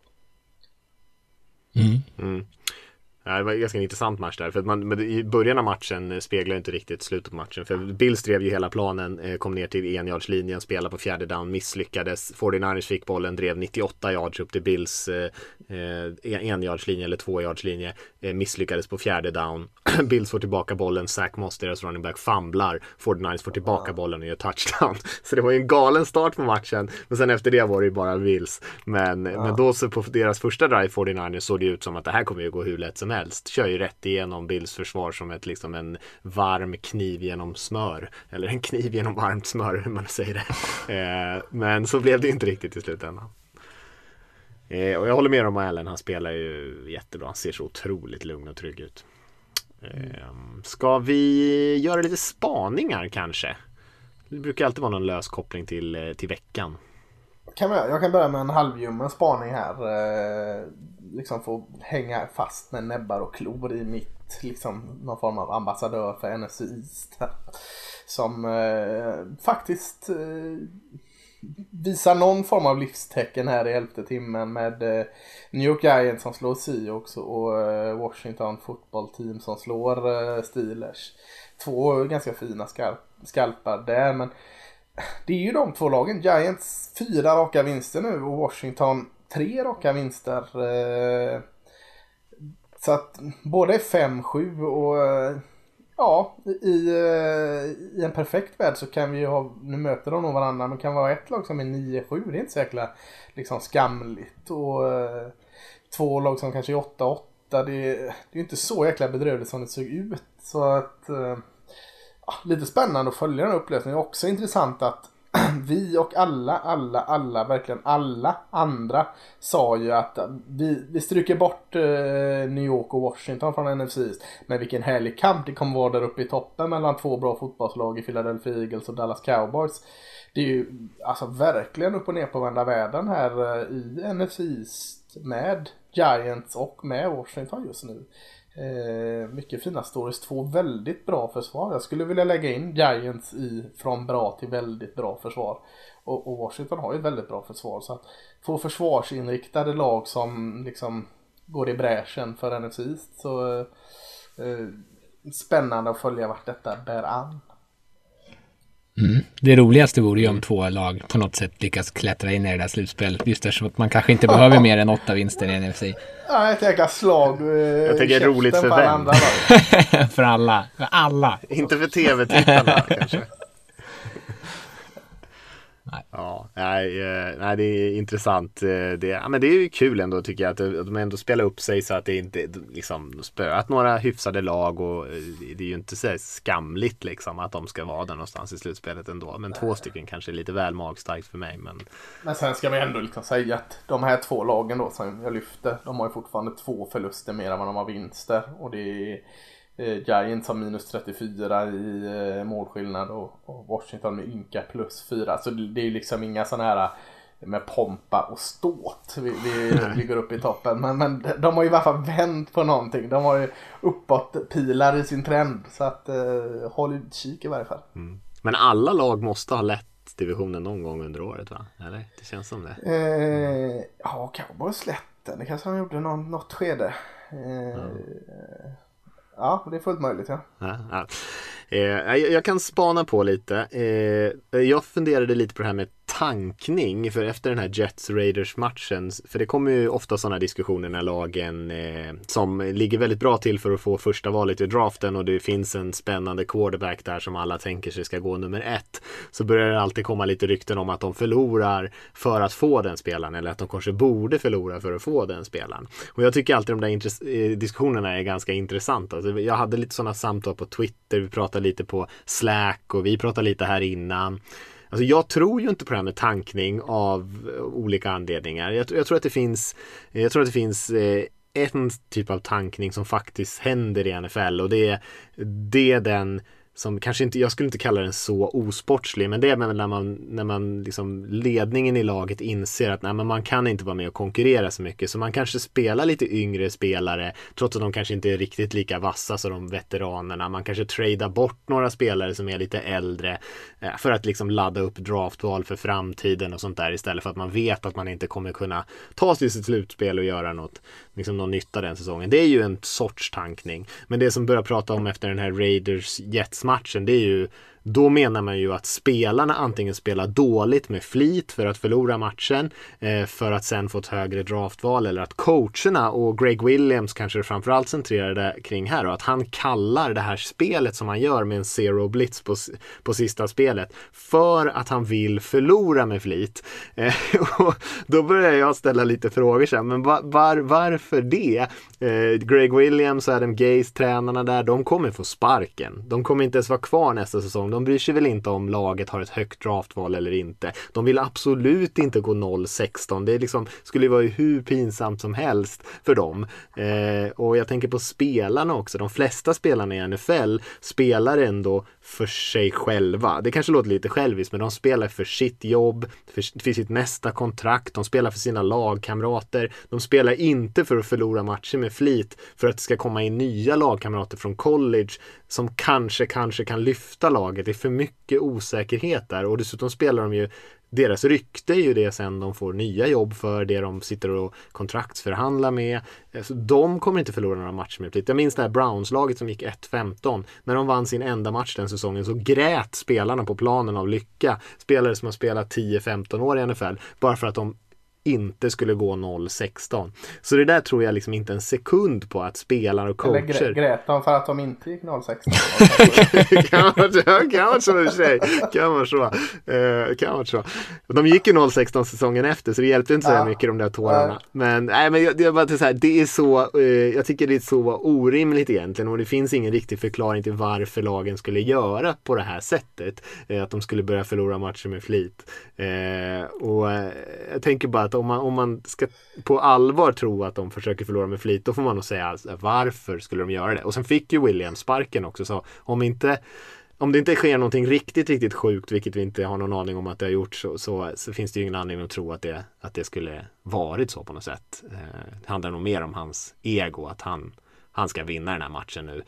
Ja, det var en ganska intressant match där, för att i början av matchen speglar inte riktigt slutet på matchen, för Bills drev ju hela planen, kom ner till 1-yardslinjen, spelade på fjärde down, misslyckades. 49ers fick bollen, drev 98 yards upp till Bills 1-yardslinje eller 2-yardslinje, misslyckades på fjärde down. Bills får tillbaka bollen, Zach Moss, deras running back, famblar, 49ers får tillbaka bollen och gör touchdown. Så det var ju en galen start på matchen, men sen efter det var det ju bara Bills. Men då så på deras första drive 49ers såg det ut som att det här kommer ju gå hur lätt som helst. Kör ju rätt igenom Bills försvar som liksom en varm kniv genom smör, eller en kniv genom varmt smör, hur man säger det. Men så blev det inte riktigt i slutändan. Och jag håller med om Allen, han spelar ju jättebra, han ser så otroligt lugn och trygg ut. Ska vi göra lite spaningar kanske? Det brukar alltid vara någon lös koppling till veckan. Jag kan börja med en halvljummen spaning här. Liksom få hänga fast med näbbar och klor i mitt, liksom någon form av ambassadör för NFC East här. Som faktiskt visar någon form av livstecken här i 11:e timmen med New York Giants som slår Seahawks och Washington Football Team som slår Steelers. Två ganska fina skalpar där, men det är ju de två lagen. Giants 4 raka vinster nu och Washington 3 raka vinster. Så att båda är 5-7 och ja, i en perfekt värld så kan vi ha, nu möter de nog varandra, men kan vara ett lag som är 9-7, det är inte så jäkla liksom skamligt, och 2 lag som kanske är 8-8, det är inte så jäkla bedrövligt som det såg ut. Så att lite spännande att följa den upplösningen. Också intressant att vi och alla, verkligen alla andra sa ju att vi stryker bort New York och Washington från NFC East. Men vilken härlig kamp det kommer vara där uppe i toppen mellan 2 bra fotbollslag i Philadelphia Eagles och Dallas Cowboys. Det är ju alltså verkligen upp och ner på vända världen här i NFC East med Giants och med Washington just nu. Mycket fina stories, 2 väldigt bra försvar. Jag skulle vilja lägga in Giants från bra till väldigt bra försvar, och Washington har ju ett väldigt bra försvar, så att 2 försvarsinriktade lag som liksom går i bräschen för NFC East, så spännande att följa vart detta bär an. Det roligaste vore ju om 2 lag på något sätt lyckas klättra in i det där slutspelet. Just eftersom att man kanske inte behöver mer än 8 vinster i NFC. Ja, ett jäkla slag. Jag tänker roligt för vem? För alla. För alla. Inte för tv-tittarna kanske. Nej, det är intressant. Men det är ju kul ändå tycker jag att de ändå spelar upp sig så att det inte liksom spöat några hyfsade lag och det är ju inte så skamligt liksom att de ska vara där någonstans i slutspelet ändå. Men 2 stycken kanske är lite väl magstarkt för mig. Men sen ska vi ändå liksom säga att de här 2 lagen då som jag lyfter, de har ju fortfarande 2 förluster mer än vad de har vinster. Och det är Giants har minus 34 i målskillnad och Washington med ynka plus 4. Så det är liksom inga sådana här med pompa och ståt vi går upp i toppen. Men de har ju i alla fall vänt på någonting. De har ju uppåt pilar i sin trend. Så att håll utkik i varje fall. Men alla lag måste ha lett divisionen någon gång under året, va? Eller? Det känns som det. Ja, Cowboys lätten. Det kanske de gjorde något skede. Ja, det är fullt möjligt, ja. Jag kan spana på lite. Jag funderade lite på det här med tankning, för efter den här Jets-Raiders-matchen, för det kommer ju ofta sådana diskussioner när lagen som ligger väldigt bra till för att få första valet i draften och det finns en spännande quarterback där som alla tänker sig ska gå nummer 1, så börjar det alltid komma lite rykten om att de förlorar för att få den spelaren eller att de kanske borde förlora för att få den spelaren. Och jag tycker alltid de där diskussionerna är ganska intressanta. Alltså, jag hade lite sådana samtal på Twitter, vi pratade lite på Slack och vi pratade lite här innan. Alltså jag tror ju inte på det här med tankning av olika anledningar. Jag tror att det finns en typ av tankning som faktiskt händer i NFL och det är den som kanske inte, jag skulle inte kalla den så osportslig, men det är när man liksom ledningen i laget inser att nej, men man kan inte vara med och konkurrera så mycket, så man kanske spelar lite yngre spelare trots att de kanske inte är riktigt lika vassa som de veteranerna. Man kanske tradar bort några spelare som är lite äldre för att liksom ladda upp draftval för framtiden och sånt där, istället för att man vet att man inte kommer kunna ta sig till sitt slutspel och göra någon nytta den säsongen. Det är ju en sorts tankning. Men det som börjar prata om efter den här Raiders-Jets-matchen, det är ju, då menar man ju att spelarna antingen spelar dåligt med flit för att förlora matchen för att sen få ett högre draftval, eller att coacherna och Greg Williams kanske framförallt centrerade kring här, och att han kallar det här spelet som han gör med en zero blitz på sista spelet för att han vill förlora med flit. Och då börjar jag ställa lite frågor så här, men varför det? Greg Williams och Adam Gase, tränarna där, de kommer få sparken. De kommer inte ens vara kvar nästa säsong. De bryr sig väl inte om laget har ett högt draftval eller inte. De vill absolut inte gå 0-16. Det är skulle vara hur pinsamt som helst för dem. Och jag tänker på spelarna också. De flesta spelarna i NFL spelar ändå för sig själva. Det kanske låter lite själviskt, men de spelar för sitt jobb, för sitt nästa kontrakt. De spelar för sina lagkamrater. De spelar inte för att förlora matcher med flit för att det ska komma in nya lagkamrater från college som kanske kan lyfta laget. Det är för mycket osäkerhet där, och dessutom spelar de ju, deras rykte är ju det sen de får nya jobb för, det de sitter och kontraktsförhandlar med. Så de kommer inte förlora några matcher med flit. Jag minns det här Browns-laget som gick 1-15. När de vann sin enda match den säsongen så grät spelarna på planen av lycka. Spelare som har spelat 10-15 år i NFL bara för att de inte skulle gå 0-16. Så det där tror jag inte en sekund på, att spelare och coacher... Eller grät de för att de inte gick 0-16? kan vara så i sig. Kan vara så. De gick ju 0-16 säsongen efter, så det hjälpte inte så mycket de där tårarna. Men jag bara så här, det är så, jag tycker det är så orimligt egentligen, och det finns ingen riktig förklaring till varför lagen skulle göra på det här sättet, att de skulle börja förlora matcher med flit. Och jag tänker bara att om man ska på allvar tro att de försöker förlora med flit, då får man nog säga alltså, varför skulle de göra det? Och sen fick ju Williams sparken också, så om det inte sker någonting riktigt, riktigt sjukt, vilket vi inte har någon aning om att det har gjort, så finns det ju ingen anledning att tro att det skulle varit så på något sätt. Det handlar nog mer om hans ego, att han ska vinna den här matchen nu,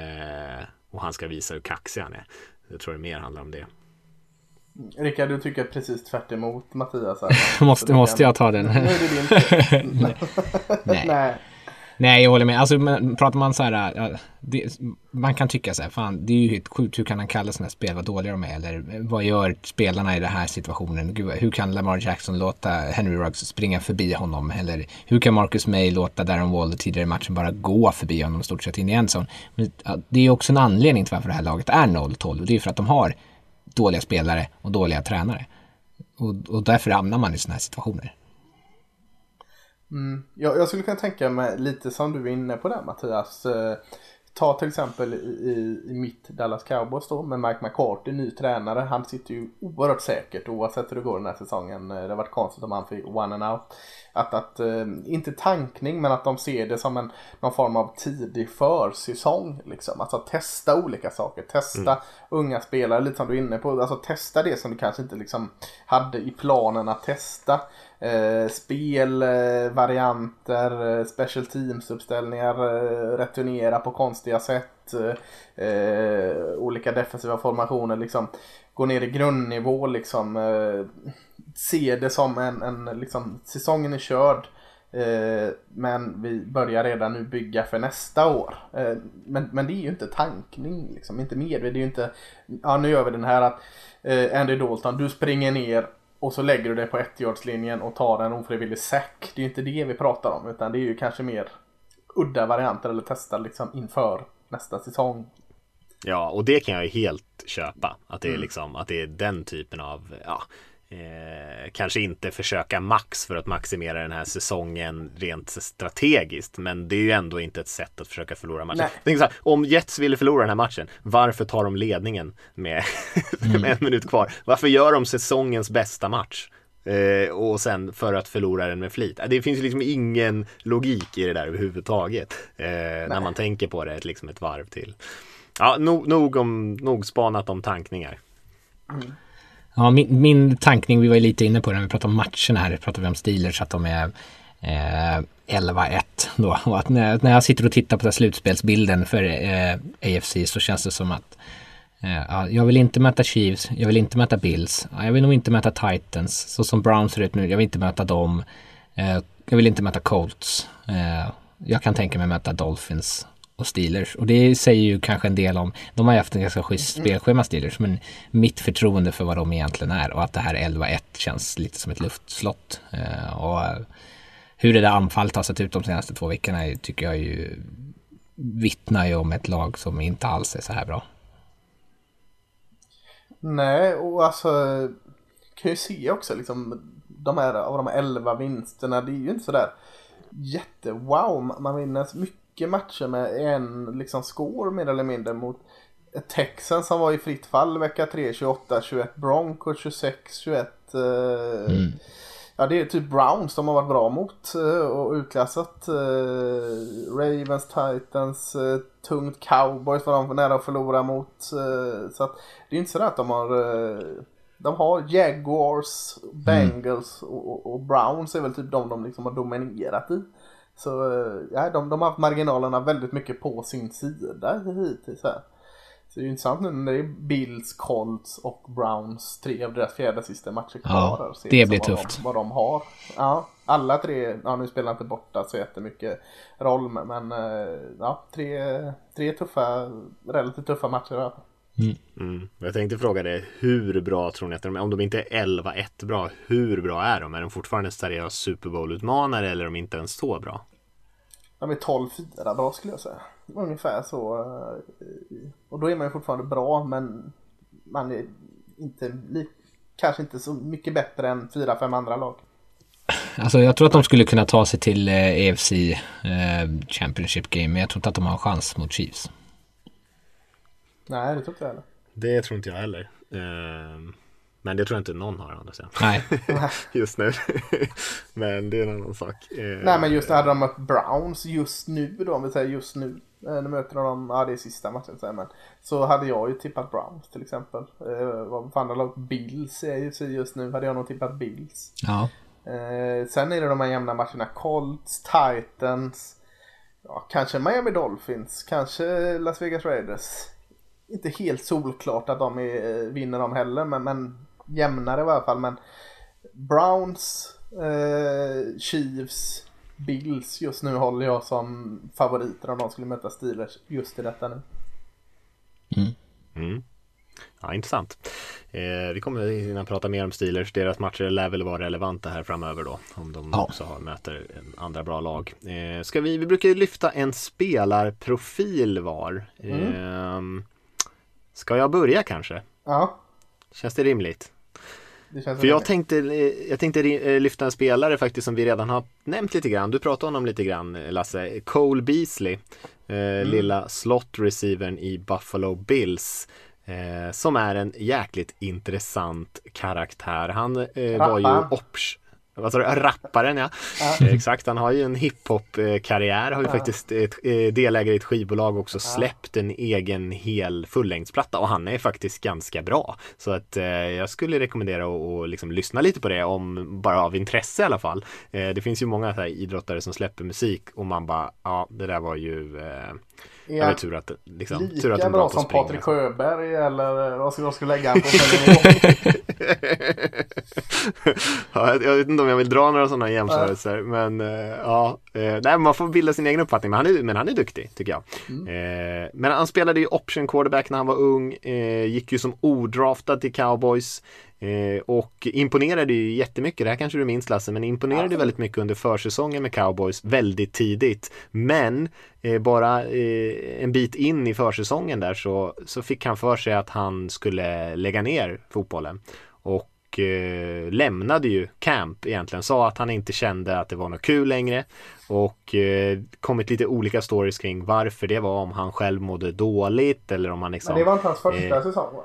och han ska visa hur kaxig han är. Jag tror det mer handlar om det. Rickard, du tycker precis tvärt emot Mattias. måste jag ta den? Nu är det din. Nej. Nej, jag håller med. Alltså, pratar man så här, man kan tycka så här, fan, det är ju helt sjukt, hur kan han kalla sådana här spel, vad dåliga de är, eller vad gör spelarna i den här situationen? Gud, hur kan Lamar Jackson låta Henry Ruggs springa förbi honom, eller hur kan Marcus May låta Darren Waller tidigare i matchen bara gå förbi honom och stort sett in i endzone? Men det är ju också en anledning till varför det här laget är 0-12, och det är för att de har dåliga spelare och dåliga tränare, och därför hamnar man i sådana här situationer. Jag skulle kunna tänka mig lite som du är inne på där, Mattias. Ta till exempel i mitt Dallas Cowboys då, med Mike McCarthy, ny tränare. Han sitter ju oerhört säkert oavsett hur det går den här säsongen. Det har varit konstigt om han fick one and out. Att inte tankning, men att de ser det som någon form av tidig försäsong liksom. Alltså att testa olika saker, testa unga spelare, lite som du är inne på. Alltså testa det som du kanske inte liksom hade i planen att testa. Spelvarianter, special teams uppställningar, returnera på konstiga sätt, olika defensiva formationer liksom, gå ner i grundnivå liksom, se det som en liksom, säsongen är körd, men vi börjar redan nu bygga för nästa år, men det är ju inte tankning liksom, inte medveten, det är ju inte nu gör vi den här att Andy Dalton, du springer ner och så lägger du det på 1-yardslinjen och tar en ofrivillig sack. Det är ju inte det vi pratar om, utan det är ju kanske mer udda varianter eller testa liksom inför nästa säsong. Ja, och det kan jag ju helt köpa. Att det är liksom, att det är den typen av, kanske inte försöka max för att maximera den här säsongen rent strategiskt, men det är ju ändå inte ett sätt att försöka förlora matchen. Tänk så här, om Jets ville förlora den här matchen, varför tar de ledningen med 1 minut kvar? Varför gör de säsongens bästa match? Och sen för att förlora den med flit. Det finns liksom ingen logik i det där överhuvudtaget, när man tänker på det liksom ett varv till. Ja, nog spanat om tankningar. Ja, min tankning, vi var lite inne på det när vi pratade om matcherna här, pratade vi om Steelers att de är 11-1 då, och att när jag sitter och tittar på den slutspelsbilden för AFC så känns det som att jag vill inte möta Chiefs, jag vill inte möta Bills, jag vill nog inte möta Titans, så som Browns ser ut nu, jag vill inte möta dem, jag vill inte möta Colts, jag kan tänka mig möta Dolphins och Steelers, och det säger ju kanske en del om, de har ju haft en ganska schysst spelschema Steelers, men mitt förtroende för vad de egentligen är, och att det här 11-1 känns lite som ett luftslott, och hur det där anfallet har sett ut de senaste 2 veckorna tycker jag ju vittnar ju om ett lag som inte alls är så här bra. Nej, och alltså kan ju se också liksom de här, av de 11 vinsterna, det är ju inte så där jättewow, man vinner mycket matcher med en liksom score mer eller mindre mot Texans som var i fritt fall vecka 3, 28-21, Broncos 26-21, ja, det är typ Browns som har varit bra mot och utklassat, Ravens, Titans, tungt Cowboys var de nära att förlora mot, så att det är inte så att de har Jaguars, Bengals och Browns är väl typ de liksom har dominerat i. Så ja, de har haft marginalerna väldigt mycket på sin sida hittills här. Så det är ju intressant nu när det är Bills, Colts och Browns, 3 av deras 4 sista matcher kvar. Ja, det blir tufft. Vad de har. Ja, alla 3, nu spelar inte borta så jättemycket roll, men ja, 3 tuffa, relativt tuffa matcher. Jag tänkte fråga dig, hur bra tror ni att om de inte är 11-1 bra, hur bra är de? Är de fortfarande seriös Super Bowl-utmanare, eller är de inte ens så bra? De är 12-4 bra skulle jag säga. Ungefär så. Och då är man ju fortfarande bra, men man är inte kanske inte så mycket bättre än 4-5 andra lag. Alltså jag tror att de skulle kunna ta sig till AFC Championship Game, men jag tror inte att de har en chans mot Chiefs. Nej, det tror inte jag heller. Det tror inte jag heller. Men det tror jag inte någon har, andra sidan. Nej. Just nu. Men det är en annan sak. Nej, men just när hade de mött Browns just nu då, om vi säger just nu. Nu möter de, det är sista matchen så, men så hade jag ju tippat Browns till exempel. Vad fan det lag Bills är just nu, hade jag nog tippat Bills. Ja. Sen är det de här jämna matcherna, Colts, Titans, ja, kanske Miami Dolphins, kanske Las Vegas Raiders. Inte helt solklart att de vinner dem heller, men jämnare i alla fall. Men Browns, Chiefs, Bills just nu håller jag som favoriter om de skulle möta Steelers just i detta nu. Ja, intressant. Vi kommer att prata mer om Steelers. Deras matcher lär väl vara relevanta här framöver då, om de också möter andra bra lag. Vi brukar ju lyfta en spelarprofil var. Ska jag börja kanske? Ja. Känns det rimligt? För jag tänkte lyfta en spelare faktiskt som vi redan har nämnt lite grann. Du pratade om honom lite grann, Lasse. Cole Beasley, lilla slot-receivern i Buffalo Bills. Som är en jäkligt intressant karaktär. Han var ju rapparen, ja. Exakt, han har ju en hiphop-karriär. Har ju faktiskt delägare i ett skivbolag också släppt en egen hel fullängdsplatta. Och han är faktiskt ganska bra. Så att jag skulle rekommendera att liksom lyssna lite på det, om bara av intresse i alla fall. Det finns ju många här idrottare som släpper musik och man bara, ja, det där var ju... Jag vet tur att liksom, lika tur att bra som Patrik Sjöberg, eller vad skulle lägga han på ja, jag vet inte om jag vill dra några sådana jämförelser, men nej, man får bilda sin egen uppfattning, men han är duktig tycker jag. Men han spelade ju option quarterback när han var ung, gick ju som odraftad till Cowboys. Och imponerade ju jättemycket, det här kanske du minns Lasse, men imponerade väldigt mycket under försäsongen med Cowboys väldigt tidigt, men bara en bit in i försäsongen där så fick han för sig att han skulle lägga ner fotbollen och lämnade ju camp egentligen, sa att han inte kände att det var något kul längre och kommit lite olika stories kring varför det var, om han själv mådde dåligt eller om han liksom... Men det var inte hans första säsong, va?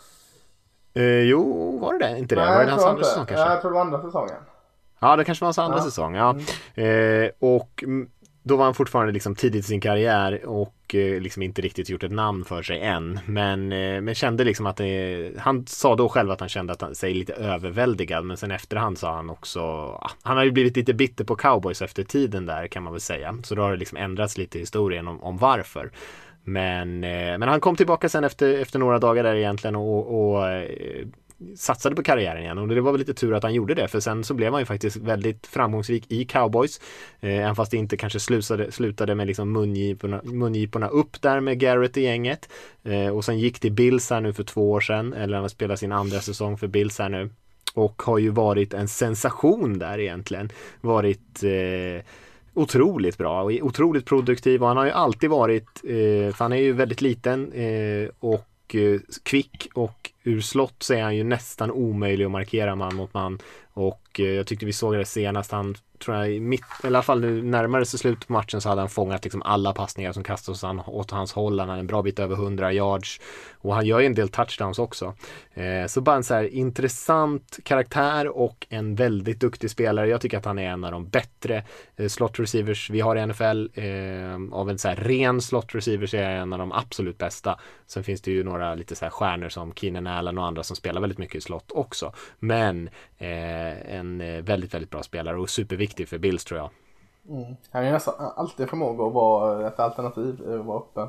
Jo, var det inte det? Nej, var det hans andra säsong kanske? Jag tror det var andra säsongen. Ja, det kanske var hans andra säsong, ja. Och då var han fortfarande liksom tidigt i sin karriär och liksom inte riktigt gjort ett namn för sig än. Men kände liksom att han sa då själv att han kände att han sig lite överväldigad. Men sen efterhand sa han också, han har ju blivit lite bitter på Cowboys efter tiden där, kan man väl säga. Så då har det liksom ändrats lite historien om varför. Men han kom tillbaka sen efter några dagar där egentligen och satsade på karriären igen, och det var väl lite tur att han gjorde det, för sen så blev han ju faktiskt väldigt framgångsrik i Cowboys, även fast det inte kanske slutade med liksom mungiporna upp där med Garrett i gänget, och sen gick till Bills här nu för 2 år sedan, eller han har spelat sin andra säsong för Bills här nu, och har ju varit en sensation där egentligen, varit otroligt bra och otroligt produktiv, och han har ju alltid varit, för han är ju väldigt liten och kvick, och ur slott så är han ju nästan omöjlig att markera man mot man, och jag tyckte vi såg det senast, han tror jag i alla fall nu närmare sig slut på matchen så hade han fångat liksom alla passningar som kastas åt hans håll, han hade en bra bit över 100 yards och han gör ju en del touchdowns också, så bara en så här intressant karaktär och en väldigt duktig spelare. Jag tycker att han är en av de bättre slot receivers vi har i NFL, av en så här ren slot receivers är en av de absolut bästa. Sen finns det ju några lite så här stjärnor som Keenan Allen och andra som spelar väldigt mycket i slott också, men en väldigt, väldigt bra spelare och superviktig för Bills, tror jag. Han är nästan alltid förmåga att vara ett alternativ, vara öppen.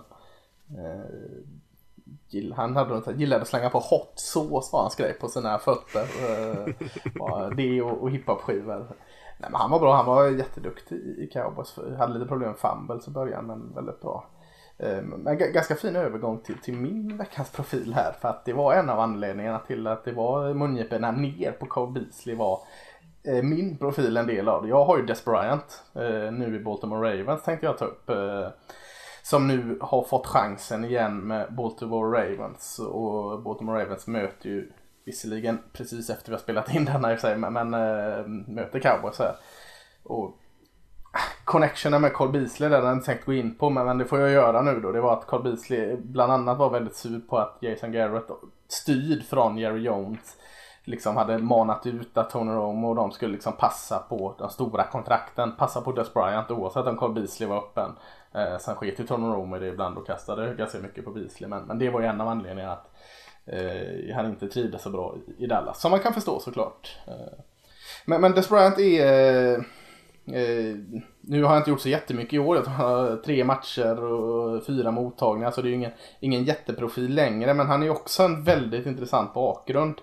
Han gillade att slänga på hot sauce, var han skrev på sina fötter. Det och hiphop-skivor. Nej, men han var bra, han var jätteduktig i Cowboys. Hade lite problem med fumbles i början, men väldigt bra. Men ganska fin övergång till min veckans profil här, för att det var en av anledningarna till att det var mungiporna ner på Cole Beasley var min profil en del av det. Jag har ju Dez Bryant nu i Baltimore Ravens, tänkte jag ta upp, som nu har fått chansen igen med Baltimore Ravens, och Baltimore Ravens möter ju visserligen precis efter vi har spelat in den här, men möter Cowboys här, och connectionen med Cole Beasley där den tänkt gå in på, men det får jag göra nu då. Det var att Cole Beasley bland annat var väldigt sur på att Jason Garrett, styrd från Jerry Jones, liksom hade manat ut att Tony Romo och de skulle liksom passa på de stora kontrakten, passa på Dez Bryant oavsett om Cole Beasley var öppen. Sen sket ju Tony Romo i det ibland och kastade ganska mycket på Beasley, men det var ju en av anledningarna att han inte trivdes så bra i Dallas, som man kan förstå såklart. Men Dez Bryant är nu har jag inte gjort så jättemycket i år. Jag har 3 matcher och 4 mottagningar, så det är ju ingen jätteprofil längre, men han är också en väldigt intressant bakgrund.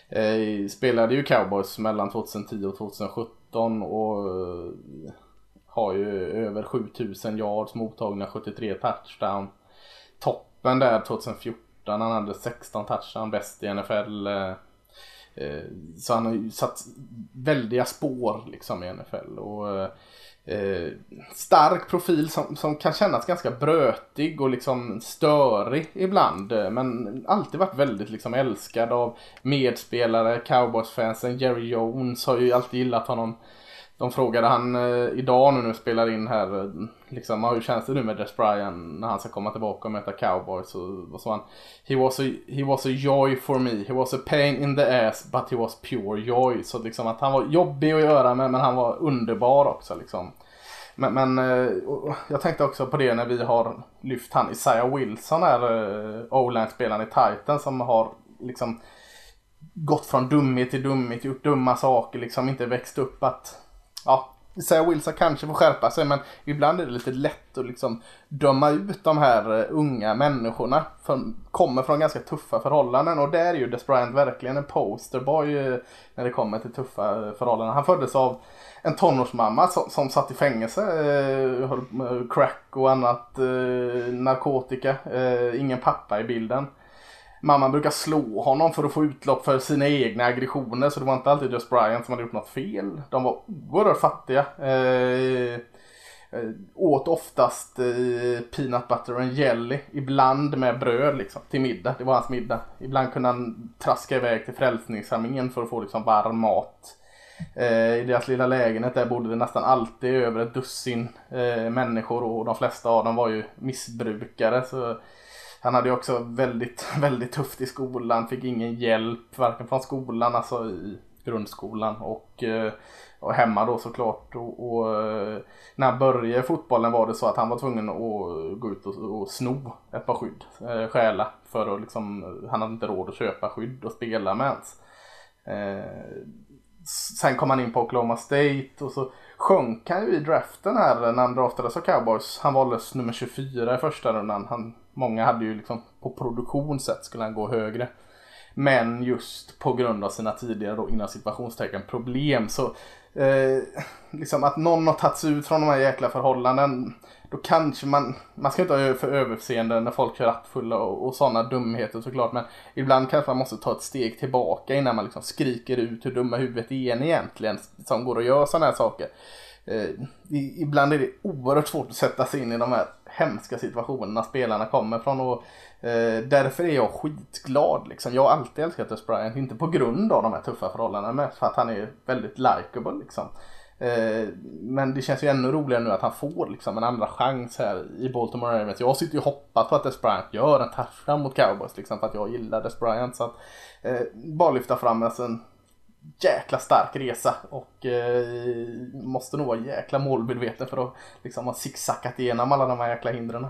Spelade ju Cowboys mellan 2010 och 2017 och har ju över 7000 yards mottagna, 73 touchdown. Toppen där 2014, han hade 16 touchdown, bäst i NFL. Så han har ju satt väldiga spår liksom i NFL. Och stark profil som kan kännas ganska brötig och liksom störig ibland, men alltid varit väldigt liksom älskad av medspelare. Cowboys-fansen Jerry Jones har ju alltid gillat honom. De frågade han idag när nu spelar in här liksom, hur känns det nu med Des Bryant när han ska komma tillbaka och möta Cowboys, och så han, he was a joy for me, he was a pain in the ass but he was pure joy. Så liksom att han var jobbig att göra med, men han var underbar också liksom. Men jag tänkte också på det när vi har lyft han Isaiah Wilson här, O-line-spelaren i Titans, som har liksom gått från dumhet till dumhet, gjort dumma saker, liksom inte växt upp. Att ja, Isaiah Wilson kanske får skärpa sig, men ibland är det lite lätt att liksom döma ut de här unga människorna som kommer från ganska tuffa förhållanden, och där är ju Des Bryant verkligen en posterboy när det kommer till tuffa förhållanden. Han föddes av en tonårsmamma som satt i fängelse, höll med crack och annat, narkotika, ingen pappa i bilden. Mamman brukar slå honom för att få utlopp för sina egna aggressioner, så det var inte alltid Des Bryant som hade gjort något fel. De var oerhört fattiga. Åt oftast peanut butter and jelly, ibland med bröd liksom, till middag. Det var hans middag. Ibland kunde han traska iväg till Frälsningsarmén för att få liksom varm mat. I deras lilla lägenhet där bodde det nästan alltid över ett dussin människor, och de flesta av dem var ju missbrukare. Så han hade ju också väldigt, väldigt tufft i skolan, fick ingen hjälp varken från skolan, alltså i grundskolan och hemma då såklart. Och när han började fotbollen var det så att han var tvungen att gå ut och sno ett par skydd, stjäla, för att liksom, han hade inte råd att köpa skydd och spela med ens. Sen kom han in på Oklahoma State, och så sjönk han ju i draften här när han draftades av Cowboys. Han valdes nummer 24 i första rundan. Många hade ju liksom på produktionssätt skulle han gå högre. Men just på grund av sina tidigare då, inom situationstecken, problem, så liksom att någon har tagits ut från de här jäkla förhållanden, då kanske man ska inte ha för överseende när folk kör rattfulla och sådana dumheter såklart, men ibland kanske man måste ta ett steg tillbaka innan man liksom skriker ut hur dumma huvudet är en egentligen som går och gör sådana här saker. Ibland är det oerhört svårt att sätta sig in i de här hemska situationerna spelarna kommer från, och därför är jag skitglad liksom. Jag har alltid älskat Des Bryant, inte på grund av de här tuffa förhållandena, men för att han är väldigt likeable liksom. Men det känns ju ännu roligare nu att han får liksom en andra chans här i Baltimore Ravens. Jag sitter ju hoppat på att Des Bryant gör en touchdown mot Cowboys liksom, för att jag gillar Des Bryant. Så att bara lyfta fram en jäkla stark resa, och måste nog vara jäkla målmedveten för att liksom ha zigzackat igenom alla de här jäkla hindren.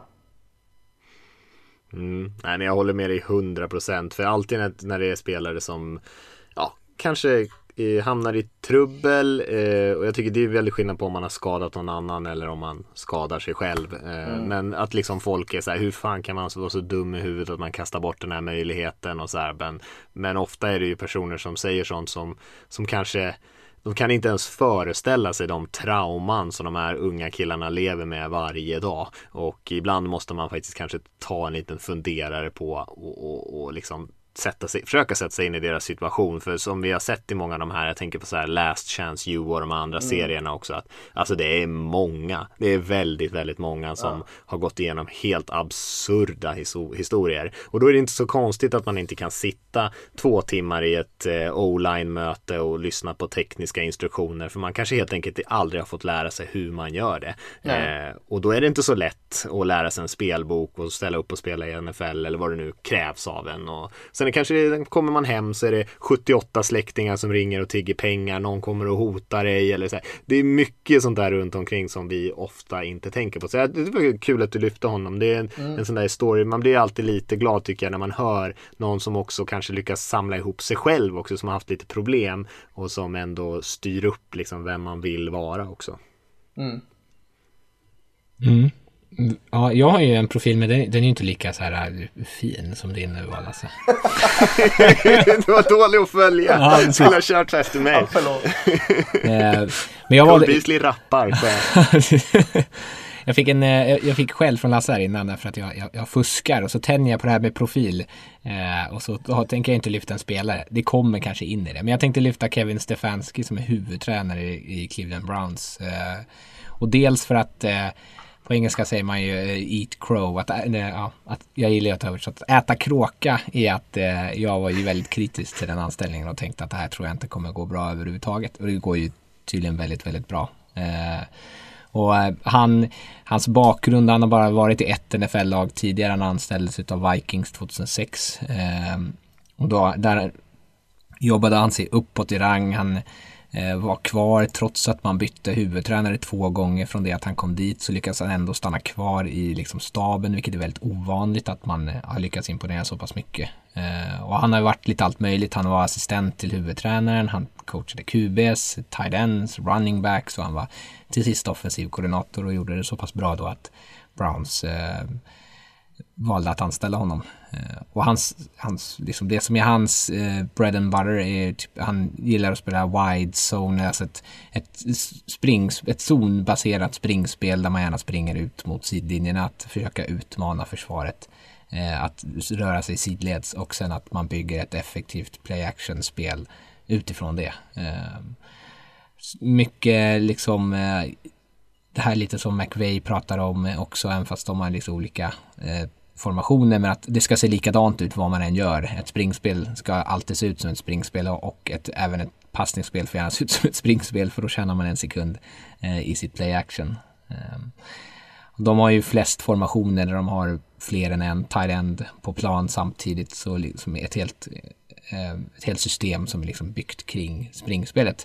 Nej, jag håller med dig 100%, för alltid när det är spelare som kanske hamnar i trubbel, och jag tycker det är väldigt skillnad på om man har skadat någon annan eller om man skadar sig själv, men att liksom folk är så här, hur fan kan man vara så dum i huvudet att man kastar bort den här möjligheten och så här, men ofta är det ju personer som säger sånt som kanske de kan inte ens föreställa sig de trauman som de här unga killarna lever med varje dag, och ibland måste man faktiskt kanske ta en liten funderare på och liksom försöka sätta sig in i deras situation, för som vi har sett i många av de här, jag tänker på så här Last Chance You och de andra serierna också, att alltså det är väldigt, väldigt många som har gått igenom helt absurda historier, och då är det inte så konstigt att man inte kan sitta 2 timmar i ett online-möte och lyssna på tekniska instruktioner, för man kanske helt enkelt aldrig har fått lära sig hur man gör det. Och då är det inte så lätt att lära sig en spelbok och ställa upp och spela i NFL eller vad det nu krävs av en, och sen kanske kommer man hem så är det 78 släktingar som ringer och tigger pengar, någon kommer och hotar dig eller så här. Det är mycket sånt där runt omkring som vi ofta inte tänker på. Så det var kul att du lyfte honom. Det är en sån där story. Man blir alltid lite glad tycker jag när man hör någon som också kanske lyckas samla ihop sig själv också, som har haft lite problem och som ändå styr upp liksom vem man vill vara också. Ja, jag har ju en profil, men den är ju inte lika så här fin som din nu, alltså. Du var dålig att följa. Ja, du skulle ha kört efter mig. Men jag var Beasley rappar. jag fick skäll från Lasse här innan därför att jag fuskar, och så tänjer jag på det här med profil, och så tänker jag inte lyfta en spelare. Det kommer kanske in i det, men jag tänkte lyfta Kevin Stefanski som är huvudtränare i Cleveland Browns, och dels för att på engelska säger man ju eat crow, att jag gillar att översätta. Att äta kråka är att jag var ju väldigt kritisk till den anställningen och tänkte att det här tror jag inte kommer gå bra överhuvudtaget, och det går ju tydligen väldigt, väldigt bra. Och hans bakgrund, han har bara varit i ett NFL-lag tidigare. Han anställdes utav Vikings 2006, och där jobbade han sig uppåt i rang. Han var kvar trots att man bytte huvudtränare 2 gånger från det att han kom dit, så lyckades han ändå stanna kvar i liksom staben, vilket är väldigt ovanligt att man har lyckats imponera så pass mycket. Och han har varit lite allt möjligt. Han var assistent till huvudtränaren, han coachade QBs, tight ends, running backs, och han var till sist offensiv koordinator och gjorde det så pass bra då att Browns valde att anställa honom. Och hans liksom det som är hans bread and butter är typ, han gillar att spela wide zone, alltså ett zonbaserat springspel där man gärna springer ut mot sidlinjerna, att försöka utmana försvaret, att röra sig sidleds, och sen att man bygger ett effektivt play-action-spel utifrån det. Mycket liksom det här lite som McVay pratar om också, även fast de har liksom olika formationer, men att det ska se likadant ut vad man än gör. Ett springspel ska alltid se ut som ett springspel, och även ett passningsspel får gärna se ut som ett springspel, för då tjänar man en sekund i sitt play-action. De har ju flest formationer där de har fler än en tight end på plan samtidigt, så liksom ett helt system som är liksom byggt kring springspelet.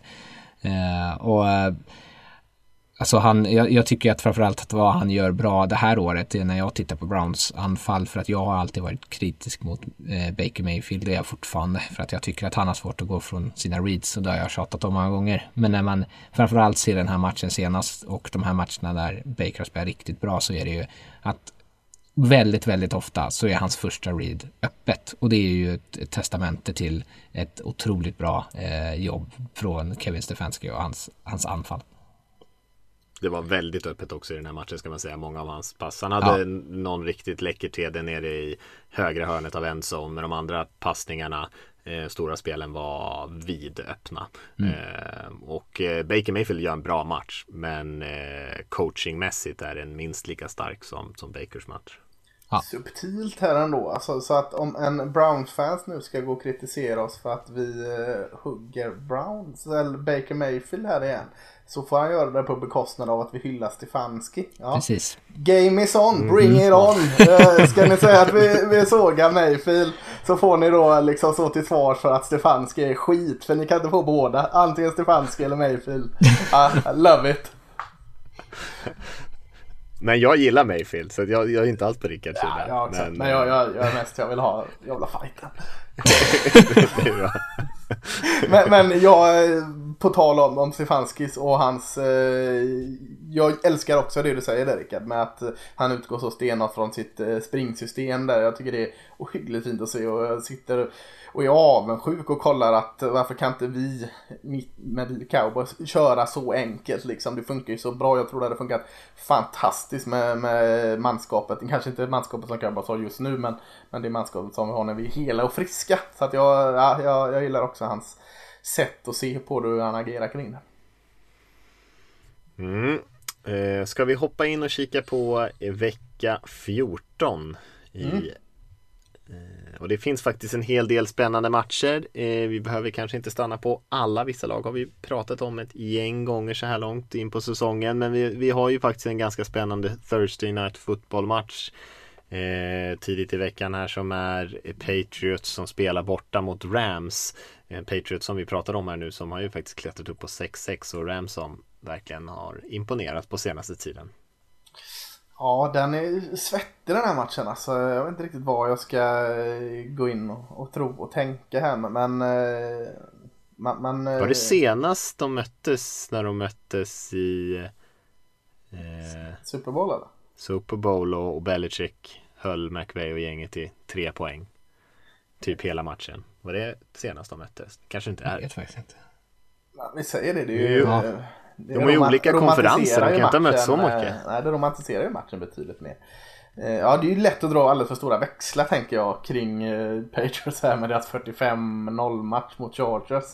Alltså jag tycker att framförallt att vad han gör bra det här året är när jag tittar på Browns anfall, för att jag har alltid varit kritisk mot Baker Mayfield, det är jag fortfarande, för att jag tycker att han har svårt att gå från sina reads, och det har jag tjatat om många gånger. Men när man framförallt ser den här matchen senast och de här matcherna där Baker spelar riktigt bra, så är det ju att väldigt, väldigt ofta så är hans första read öppet, och det är ju ett testamente till ett otroligt bra jobb från Kevin Stefanski och hans anfall. Det var väldigt öppet också i den här matchen, ska man säga. Många av hans pass. Han hade någon riktigt läcker TD nere i högra hörnet av endzone, med de andra passningarna, stora spelen var vidöppna. Och Baker Mayfield gör en bra match, men coachingmässigt är den minst lika stark som Bakers match. Subtilt här ändå, alltså, så att om en Browns-fans nu ska gå och kritisera oss för att vi hugger Browns eller Baker Mayfield här igen, så får han göra det på bekostnad av att vi hyllar Stefanski. Ja. Precis. Game is on, bring it on. Ska ni säga att vi sågar Mayfield, så får ni då liksom så till svars för att Stefanski är skit, för ni kan inte få båda, antingen Stefanski eller Mayfield. I love it. Men jag gillar Mayfield, så jag är inte alls på Rickards sida. Ja, men jag är mest, jag vill ha fighten. men jag, på tal om Stefanskis och hans, jag älskar också det du säger där, Rickard, med att han utgår så stenat från sitt springsystem där. Jag tycker det är ohyggligt fint att se, och jag sitter och är avundsjuk och kollar att varför kan inte vi med Cowboys köra så enkelt liksom. Det funkar ju så bra. Jag tror det hade funkat fantastiskt med manskapet. Kanske inte manskapet som Cowboys har just nu, men det är manskapet som vi har när vi är hela och friska. Så att jag gillar också hans sätt att se på det, hur han agerar kring det. Ska vi hoppa in och kika på vecka 14 och det finns faktiskt en hel del spännande matcher. Vi behöver kanske inte stanna på alla. Vissa lag har vi pratat om ett gäng gånger så här långt in på säsongen, men vi har ju faktiskt en ganska spännande Thursday Night Football-match tidigt i veckan här, som är Patriots som spelar borta mot Rams. Patriots som vi pratar om här nu, som har ju faktiskt klättrat upp på 6-6, och Rams som verkligen har imponerat på senaste tiden. Ja, den är svettig den här matchen. Alltså, jag vet inte riktigt vad jag ska gå in och tro och tänka här. Men var det senast de möttes, när de möttes i Super Bowl eller? Super Bowl och Belichick höll McVay och gänget i 3 poäng. Typ hela matchen. Var det senast de möttes? Kanske inte är. Jag vet faktiskt inte. Ja, vi säger det. Det är ju... Ja. De har ju olika konferenser. De kan inte ha mött så mycket. Nej, det romantiserar ju matchen betydligt mer. Ja, det är ju lätt att dra alldeles för stora växlar tänker jag kring Patriots här med deras 45-0 match mot Chargers.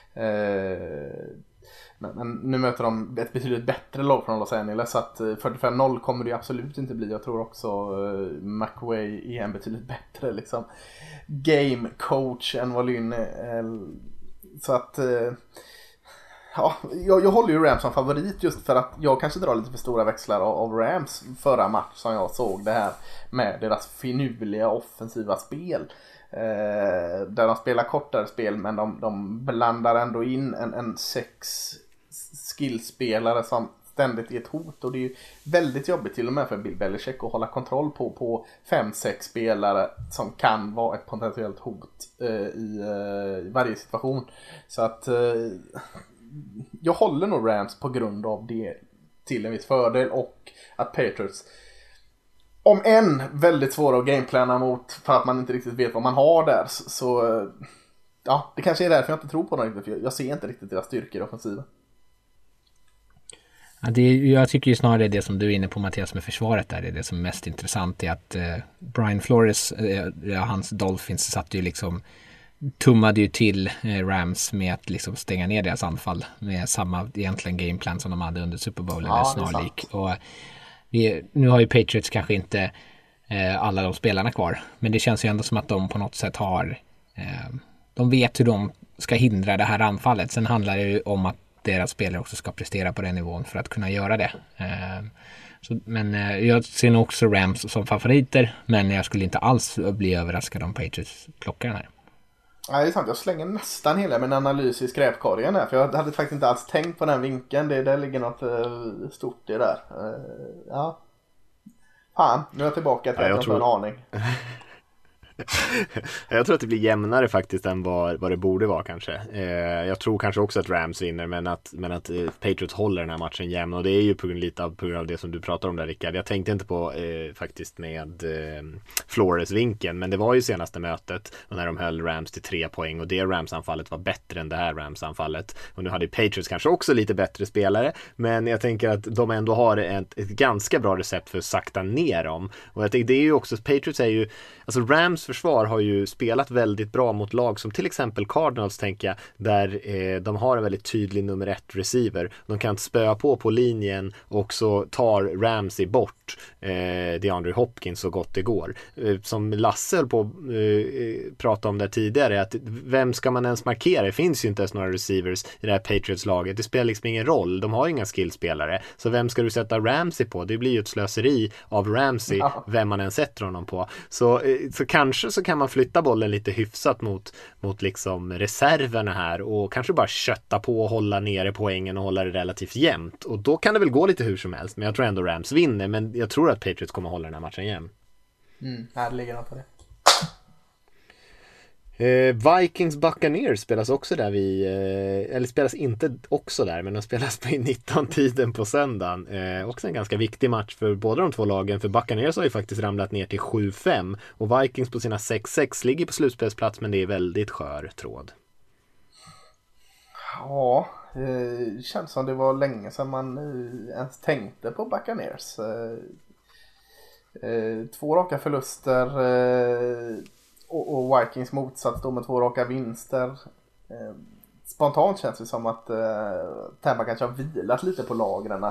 Men nu möter de ett betydligt bättre lag från Los Angeles, så att 45-0 kommer det absolut inte bli. Jag tror också McVay är en betydligt bättre liksom game coach än vad Lynn är. Så att ja, jag håller ju Rams som favorit just för att jag kanske drar lite för stora växlar av Rams förra match som jag såg det här med deras finurliga offensiva spel. Där de spelar kortare spel men de blandar ändå in en 6 skillspelare som ständigt är ett hot, och det är ju väldigt jobbigt till och med för Bill Belichick att hålla kontroll på 5-6 spelare som kan vara ett potentiellt hot i varje situation. Så att jag håller nog Rams på grund av det till en viss fördel, och att Patriots om en väldigt svåra att gameplana mot för att man inte riktigt vet vad man har där, så ja, det kanske är därför jag inte tror på dem riktigt, för jag ser inte riktigt deras styrkor i offensiven. Ja, jag tycker ju snarare det som du är inne på, Mattias, med försvaret där, det är det som är mest intressant, är att Brian Flores, hans Dolphins satt ju liksom, tummade ju till Rams med att liksom stänga ner deras anfall med samma egentligen gameplan som de hade under Super Bowl eller snarlik. Och nu har ju Patriots kanske inte alla de spelarna kvar, men det känns ju ändå som att de på något sätt har de vet hur de ska hindra det här anfallet. Sen handlar det ju om att deras spelare också ska prestera på den nivån för att kunna göra det. Men jag ser nog också Rams som favoriter, men jag skulle inte alls bli överraskad om Patriots plockar den här. Nej, det är sant. Jag slänger nästan hela min analys i skräpkorgen här, för jag hade faktiskt inte alls tänkt på den vinkeln. Det ligger något stort i där. Ja. Fan, nu är jag tillbaka till att jag får en aning. Jag tror att det blir jämnare faktiskt än vad det borde vara kanske. Jag tror kanske också att Rams vinner, men att Patriots håller den här matchen jämn, och det är ju på grund av det som du pratar om där, Rickard. Jag tänkte inte på faktiskt med Flores-vinkeln, men det var ju senaste mötet när de höll Rams till 3 poäng, och det Rams-anfallet var bättre än det här Rams-anfallet, och nu hade Patriots kanske också lite bättre spelare, men jag tänker att de ändå har ett ganska bra recept för att sakta ner dem, och jag tänker det är ju också, Patriots är ju, alltså Rams försvar har ju spelat väldigt bra mot lag som till exempel Cardinals, tänker jag, där de har en väldigt tydlig nummer 1 receiver. De kan spöa på linjen, och så tar Ramsey bort DeAndre Hopkins så gott det går. Som Lasse höll på prata om där tidigare, att vem ska man ens markera? Det finns ju inte ens några receivers i det här Patriots-laget. Det spelar liksom ingen roll. De har inga skillspelare. Så vem ska du sätta Ramsey på? Det blir ju ett slöseri av Ramsey, vem man än sätter honom på. Så kanske så kan man flytta bollen lite hyfsat mot liksom reserverna här, och kanske bara kötta på och hålla nere poängen och hålla det relativt jämnt, och då kan det väl gå lite hur som helst, men jag tror ändå Rams vinner, men jag tror att Patriots kommer hålla den här matchen jämn. Här ligger något på det. Vikings Buccaneers spelas också där eller spelas inte också där, men de spelas på 19-tiden på söndagen. Också en ganska viktig match för båda de två lagen, för Buccaneers har ju faktiskt ramlat ner till 7-5, och Vikings på sina 6-6 ligger på slutspelsplats, men det är väldigt skör tråd. Ja, känns som det var länge sedan man ens tänkte på Buccaneers. 2 raka förluster, och Vikings motsats då med 2 raka vinster. Spontant känns det som att Tampa kanske har vilat lite på lagren.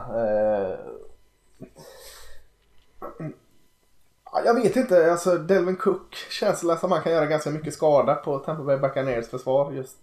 Jag vet inte, alltså Delvin Cook känns det som man kan göra ganska mycket skada på Tampa Bay Buccaneers försvar. Just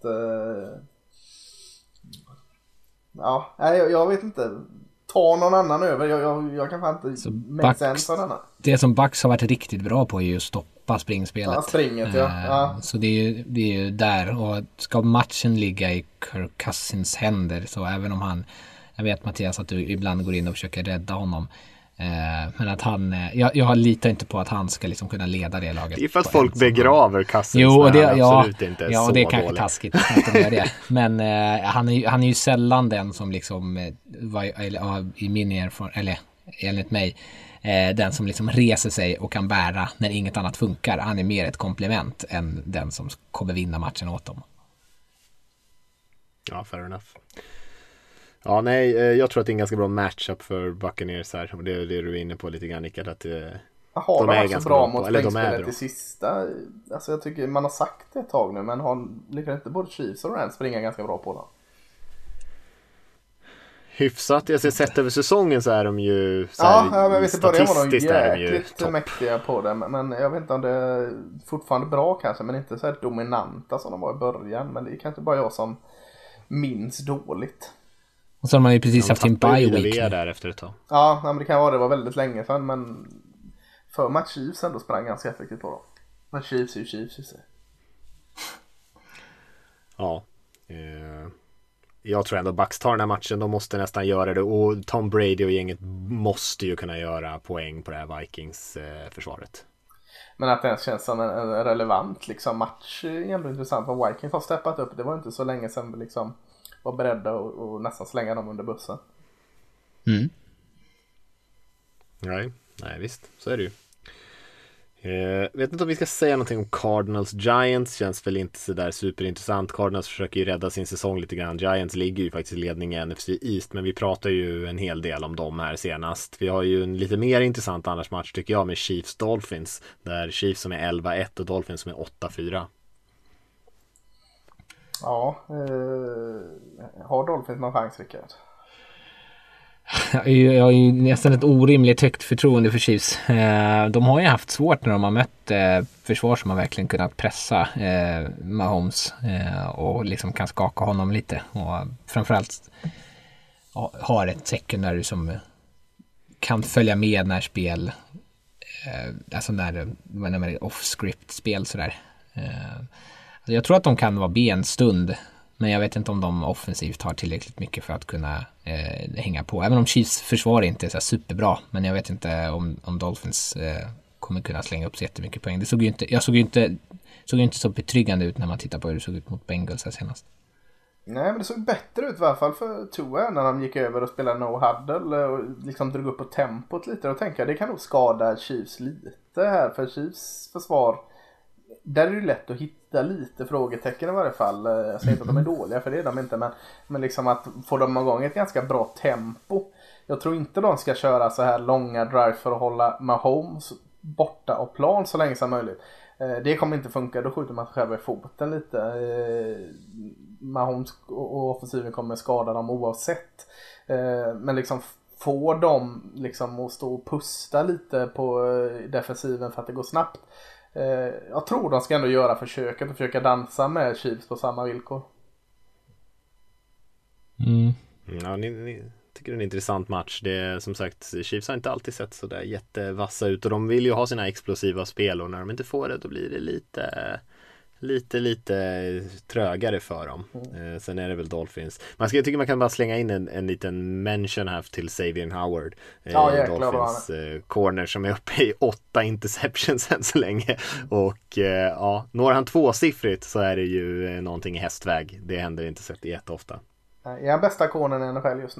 ja, jag vet inte. Ta någon annan över. Jag kan fan inte make sense av denna. Det som Bucks har varit riktigt bra på är ju att stoppa springspelet. Ja, springet, ja. Så det är ju där. Och ska matchen ligga i Kirk Cousins händer, så även om jag vet, Mattias, att du ibland går in och försöker rädda honom, men att jag litar inte på att han ska liksom kunna leda det laget. Det är för att folk begraver Cousins. Jo, och det, absolut inte är så och det är kanske dåligt. Taskigt att de gör det. Men han är ju sällan den som liksom i min erfarenhet, eller enligt mig, den som liksom reser sig och kan bära när inget annat funkar. Han är mer ett komplement än den som kommer vinna matchen åt dem. Ja, fair enough. Ja, nej, jag tror att det är en ganska bra matchup för Buccaneers här. Och det är det du är inne på lite grann, Rickard, att de är ganska bra mot springspelet i sista. Alltså jag tycker man har sagt det ett tag nu, men lyckas inte både Chiefs och Rams springa ganska bra på dem? Hyfsat, jag ser sett över säsongen så är de ju så här, ja, jag vet inte, början var de jäkligt mäktiga på det, men jag vet inte om det är fortfarande bra kanske, men inte så här dominanta som de var i början, men det är kanske bara jag som minns dåligt. Och så har man ju precis haft sin bye week där efter ett tag. Ja, men det kan vara, det var väldigt länge sedan, men för att Chiefs ändå sprang ganska effektivt på dem. Men Chiefs är ju Chiefs. Ja, jag tror ändå Bucks tar den här matchen. De måste nästan göra det. Och Tom Brady och gänget måste ju kunna göra poäng på det här Vikings-försvaret. Men att det ens känns som en relevant liksom, match är ändå intressant. För Vikings har steppat upp. Det var inte så länge sedan vi liksom var beredda och nästan slänga dem under bussen. Nej, visst. Så är det ju. Vet inte om vi ska säga någonting om Cardinals Giants. Känns väl inte så där superintressant. Cardinals försöker ju rädda sin säsong lite grann. Giants ligger ju faktiskt i ledning i NFC East, men vi pratar ju en hel del om dem här senast. Vi har ju en lite mer intressant annars match tycker jag med Chiefs Dolphins, där Chiefs som är 11-1 och Dolphins som är 8-4. Ja, har Dolphins någon chans, Rickard? Jag har ju nästan ett orimligt högt förtroende för Chiefs. De har ju haft svårt när de har mött försvar som har verkligen kunnat pressa Mahomes och liksom kan skaka honom lite. Och framförallt har ett secondary som kan följa med när spel, alltså när det är off-script spel sådär. Jag tror att de kan vara B en stund. Men jag vet inte om de offensivt har tillräckligt mycket för att kunna hänga på. Även om Chiefs försvar inte är så superbra. Men jag vet inte om Dolphins kommer kunna slänga upp så jättemycket poäng. Det såg ju inte så betryggande ut när man tittar på hur det såg ut mot Bengals här senast. Nej, men det såg bättre ut i alla fall för Tua när de gick över och spelade no huddle och liksom drog upp på tempot lite. Och tänker jag, det kan nog skada Chiefs lite här. För Chiefs försvar, där är det lätt att hitta lite frågetecken i varje fall. Jag säger inte att de är dåliga, för det är de inte. Men liksom att få dem igång ett ganska bra tempo. Jag tror inte de ska köra så här långa drive för att hålla Mahomes borta och plan så länge som möjligt. Det kommer inte funka, då skjuter man sig själv i foten lite. Mahomes och offensiven kommer skada dem oavsett. Men liksom få dem liksom att stå och pusta lite på defensiven för att det går snabbt. Jag tror de ska ändå göra försöket och försöka dansa med Chiefs på samma villkor. Ja, ni tycker det är en intressant match. Det är, som sagt, Chiefs har inte alltid sett så där jättevassa ut och de vill ju ha sina explosiva spel, och när de inte får det då blir det lite trögare för dem. Sen är det väl Dolphins. Jag tycker man kan bara slänga in en liten mention här till Xavier Howard. Dolphins corner som är uppe i 8 interceptions än så länge. Och når han 2-siffrigt så är det ju någonting i hästväg. Det händer inte så jätteofta. Är han bästa cornern i NFL just nu?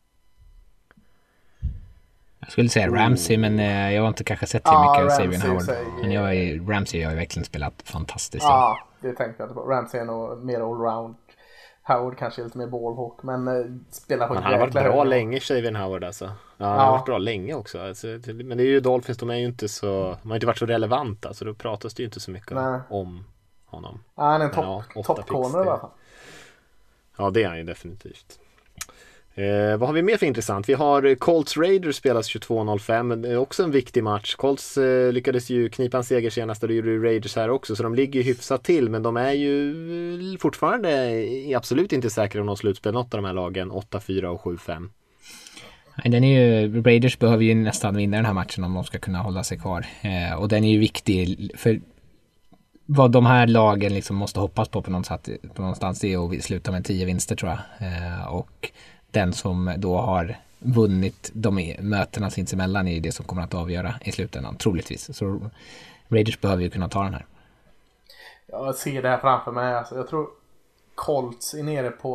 Jag skulle säga Ramsey, men jag har inte kanske sett till mycket av Xavier Howard. Men Ramsey har ju verkligen spelat fantastiskt. Ja, det tänkte jag inte på. Ramsey är nog mer allround. Howard kanske är lite mer ballhawk, men spelar på. Han har varit bra länge, Xavier Howard alltså. Ja, han har varit bra länge också. Alltså, men det är ju Dolphins, de är ju inte så, de har inte varit så relevanta, så då pratas det ju inte så mycket om honom. Ja, han är en toppcorner i alla fall. Ja, det är han ju definitivt. Vad har vi mer för intressant? Vi har Colts Raiders spelas 22:05. Det är också en viktig match. Colts lyckades ju knipa en seger senast, och det gjorde Raiders här också, så de ligger ju hyfsat till, men de är ju fortfarande absolut inte säkra om de slutspel något av de här lagen. 8-4 och 7-5. Den är ju, Raiders behöver ju nästan vinna den här matchen om de ska kunna hålla sig kvar. Och den är ju viktig för vad de här lagen liksom måste hoppas på någonstans är att sluta med 10 vinster, tror jag. Och den som då har vunnit de mötena sinsemellan är det som kommer att avgöra i slutändan, troligtvis. Så Raiders behöver ju kunna ta den här. Jag ser det här framför mig. Alltså, jag tror Colts är nere på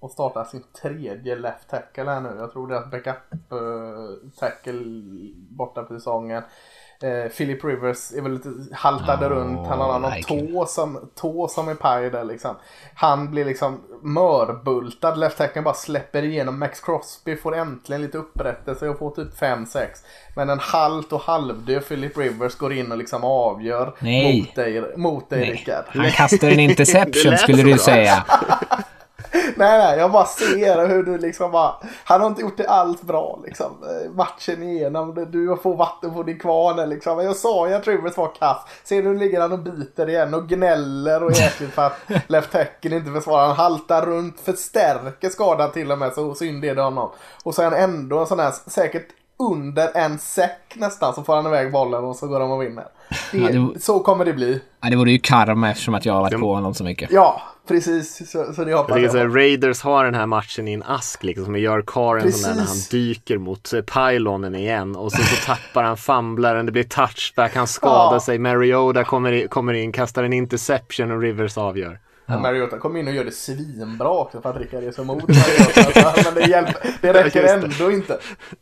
och startar sin tredje left tackle här nu. Jag tror deras backup tackle borta på säsongen. Philip Rivers är väl lite haltade runt. Han har någon tå som är paj där liksom. Han blir liksom mörbultad. Left tackle bara släpper igenom. Max Crosby får äntligen lite upprättelse och får typ 5-6. Men en halt och halvdö Philip Rivers går in och liksom avgör mot dig Rickard. Han kastar en interception skulle du säga. Nej, jag bara ser hur du liksom bara... Han har inte gjort det allt bra liksom. Matchen igenom, du får vatten på din kvarn liksom. Jag sa ju att Rivers var kass. Ser du ligger han och biter igen och gnäller och äckligt för att left tackle inte försvarar. Han haltar runt, förstärker skadan till och med, så synd är det honom. Och så är han ändå en sån här, säkert under en säck nästan, så får han iväg bollen och så går de och vinner. Så kommer det bli. Ja, det vore ju karma eftersom att jag har varit på honom så mycket. Ja, precis. Så det hoppas jag. Raiders har den här matchen i en ask liksom, som gör Karen sån där när han dyker mot pylonen igen och så tappar han famblaren, det blir touchback, han skadar sig, Mariota kommer in, kastar en interception och Rivers avgör. Ja. Mariota kom in och gör det svinbra också för att Rickard är så modig. Men det räcker ändå inte.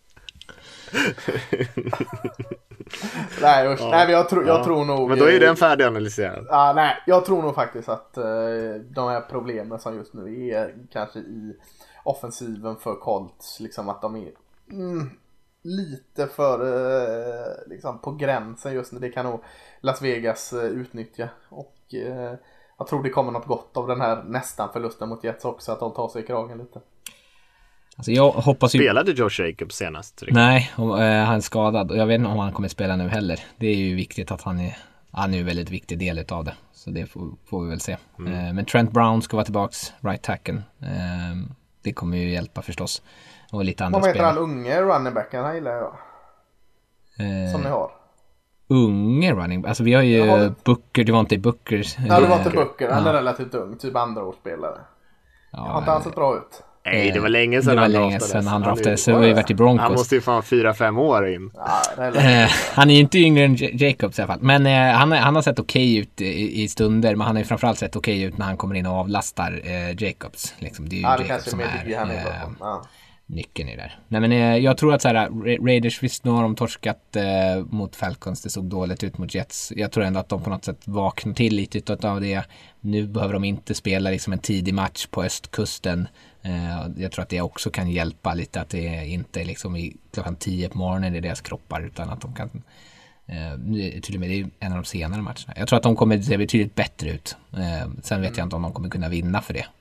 Nej, men jag tror nog. Men då är den färdiganalyserad. Nej, jag tror nog faktiskt att de här problemen som just nu är kanske i offensiven för Colts, liksom att de är lite för liksom på gränsen just nu. Det kan nog Las Vegas utnyttja och jag tror det kommer något gott av den här nästan förlusten mot Jets också, att de tar sig i kragen lite. Alltså jag hoppas ju... Spelade Josh Jacobs senast? Nej, han är skadad och jag vet inte om han kommer spela nu heller. Det är ju viktigt att han är en väldigt viktig del av det. Så det får vi väl se. Men Trent Brown ska vara tillbaks, right tacken. Det kommer ju hjälpa förstås. Och lite andra spelare. Vad heter han unge runningbacken? Han gillar jag. Som ni har. Unge running, alltså vi har ju Booker, det var inte Booker. Ja, det var inte Booker, han är relativt ung, typ andra-årsspelare. Har inte han sett bra ut? Nej, det var länge sedan han draftades. Så har ju varit i Broncos. Han måste ju fan 4-5 år in. Han är ju inte yngre än Jacobs i alla fall. Men han har sett okej ut i stunder. Men han har ju framförallt sett okej ut när han kommer in och avlastar Jacobs. Liksom, det är ju Jacobs som är nyckeln i där. Nej, men jag tror att så här, Raiders, visst nu har de torskat mot Falcons. Det såg dåligt ut mot Jets. Jag tror ändå att de på något sätt vaknar till lite av det. Nu behöver de inte spela liksom en tidig match på östkusten. Jag tror att det också kan hjälpa lite, att det inte är liksom i klockan 10 på morgonen i deras kroppar, utan att de kan till och med det är en av de senare matcherna. Jag tror att de kommer se betydligt bättre ut. Sen vet jag inte om de kommer kunna vinna för det.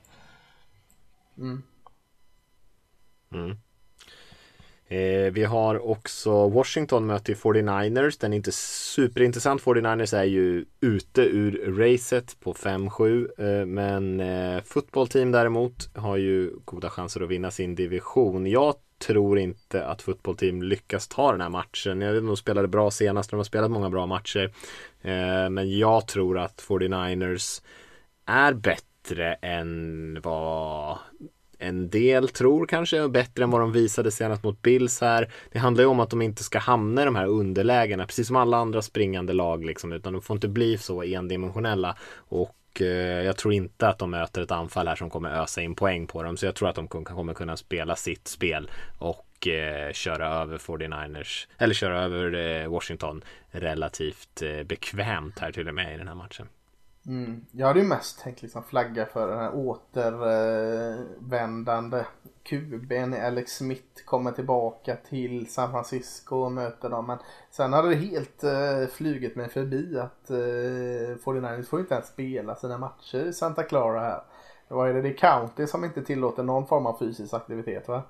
Vi har också Washington möter 49ers. Den är inte superintressant. 49ers är ju ute ur racet på 5-7. Men fotbollteam däremot har ju goda chanser att vinna sin division. Jag tror inte att fotbollteam lyckas ta den här matchen. Jag vet inte, de spelade bra senast. De har spelat många bra matcher. Men jag tror att 49ers är bättre än vad en del tror, kanske bättre än vad de visade senast mot Bills här. Det handlar ju om att de inte ska hamna i de här underlägena, precis som alla andra springande lag liksom, utan de får inte bli så endimensionella, och jag tror inte att de möter ett anfall här som kommer ösa in poäng på dem, så jag tror att de kommer kunna spela sitt spel och köra över 49ers, eller köra över Washington relativt bekvämt här till och med i den här matchen. Jag hade ju mest tänkt liksom flagga för den här återvändande QB:n. Alex Smith kommer tillbaka till San Francisco och möter dem. Men sen hade det helt flugit mig förbi att 49ers får inte ens spela sina matcher i Santa Clara här. Vad är det? Det är County som inte tillåter någon form av fysisk aktivitet, va?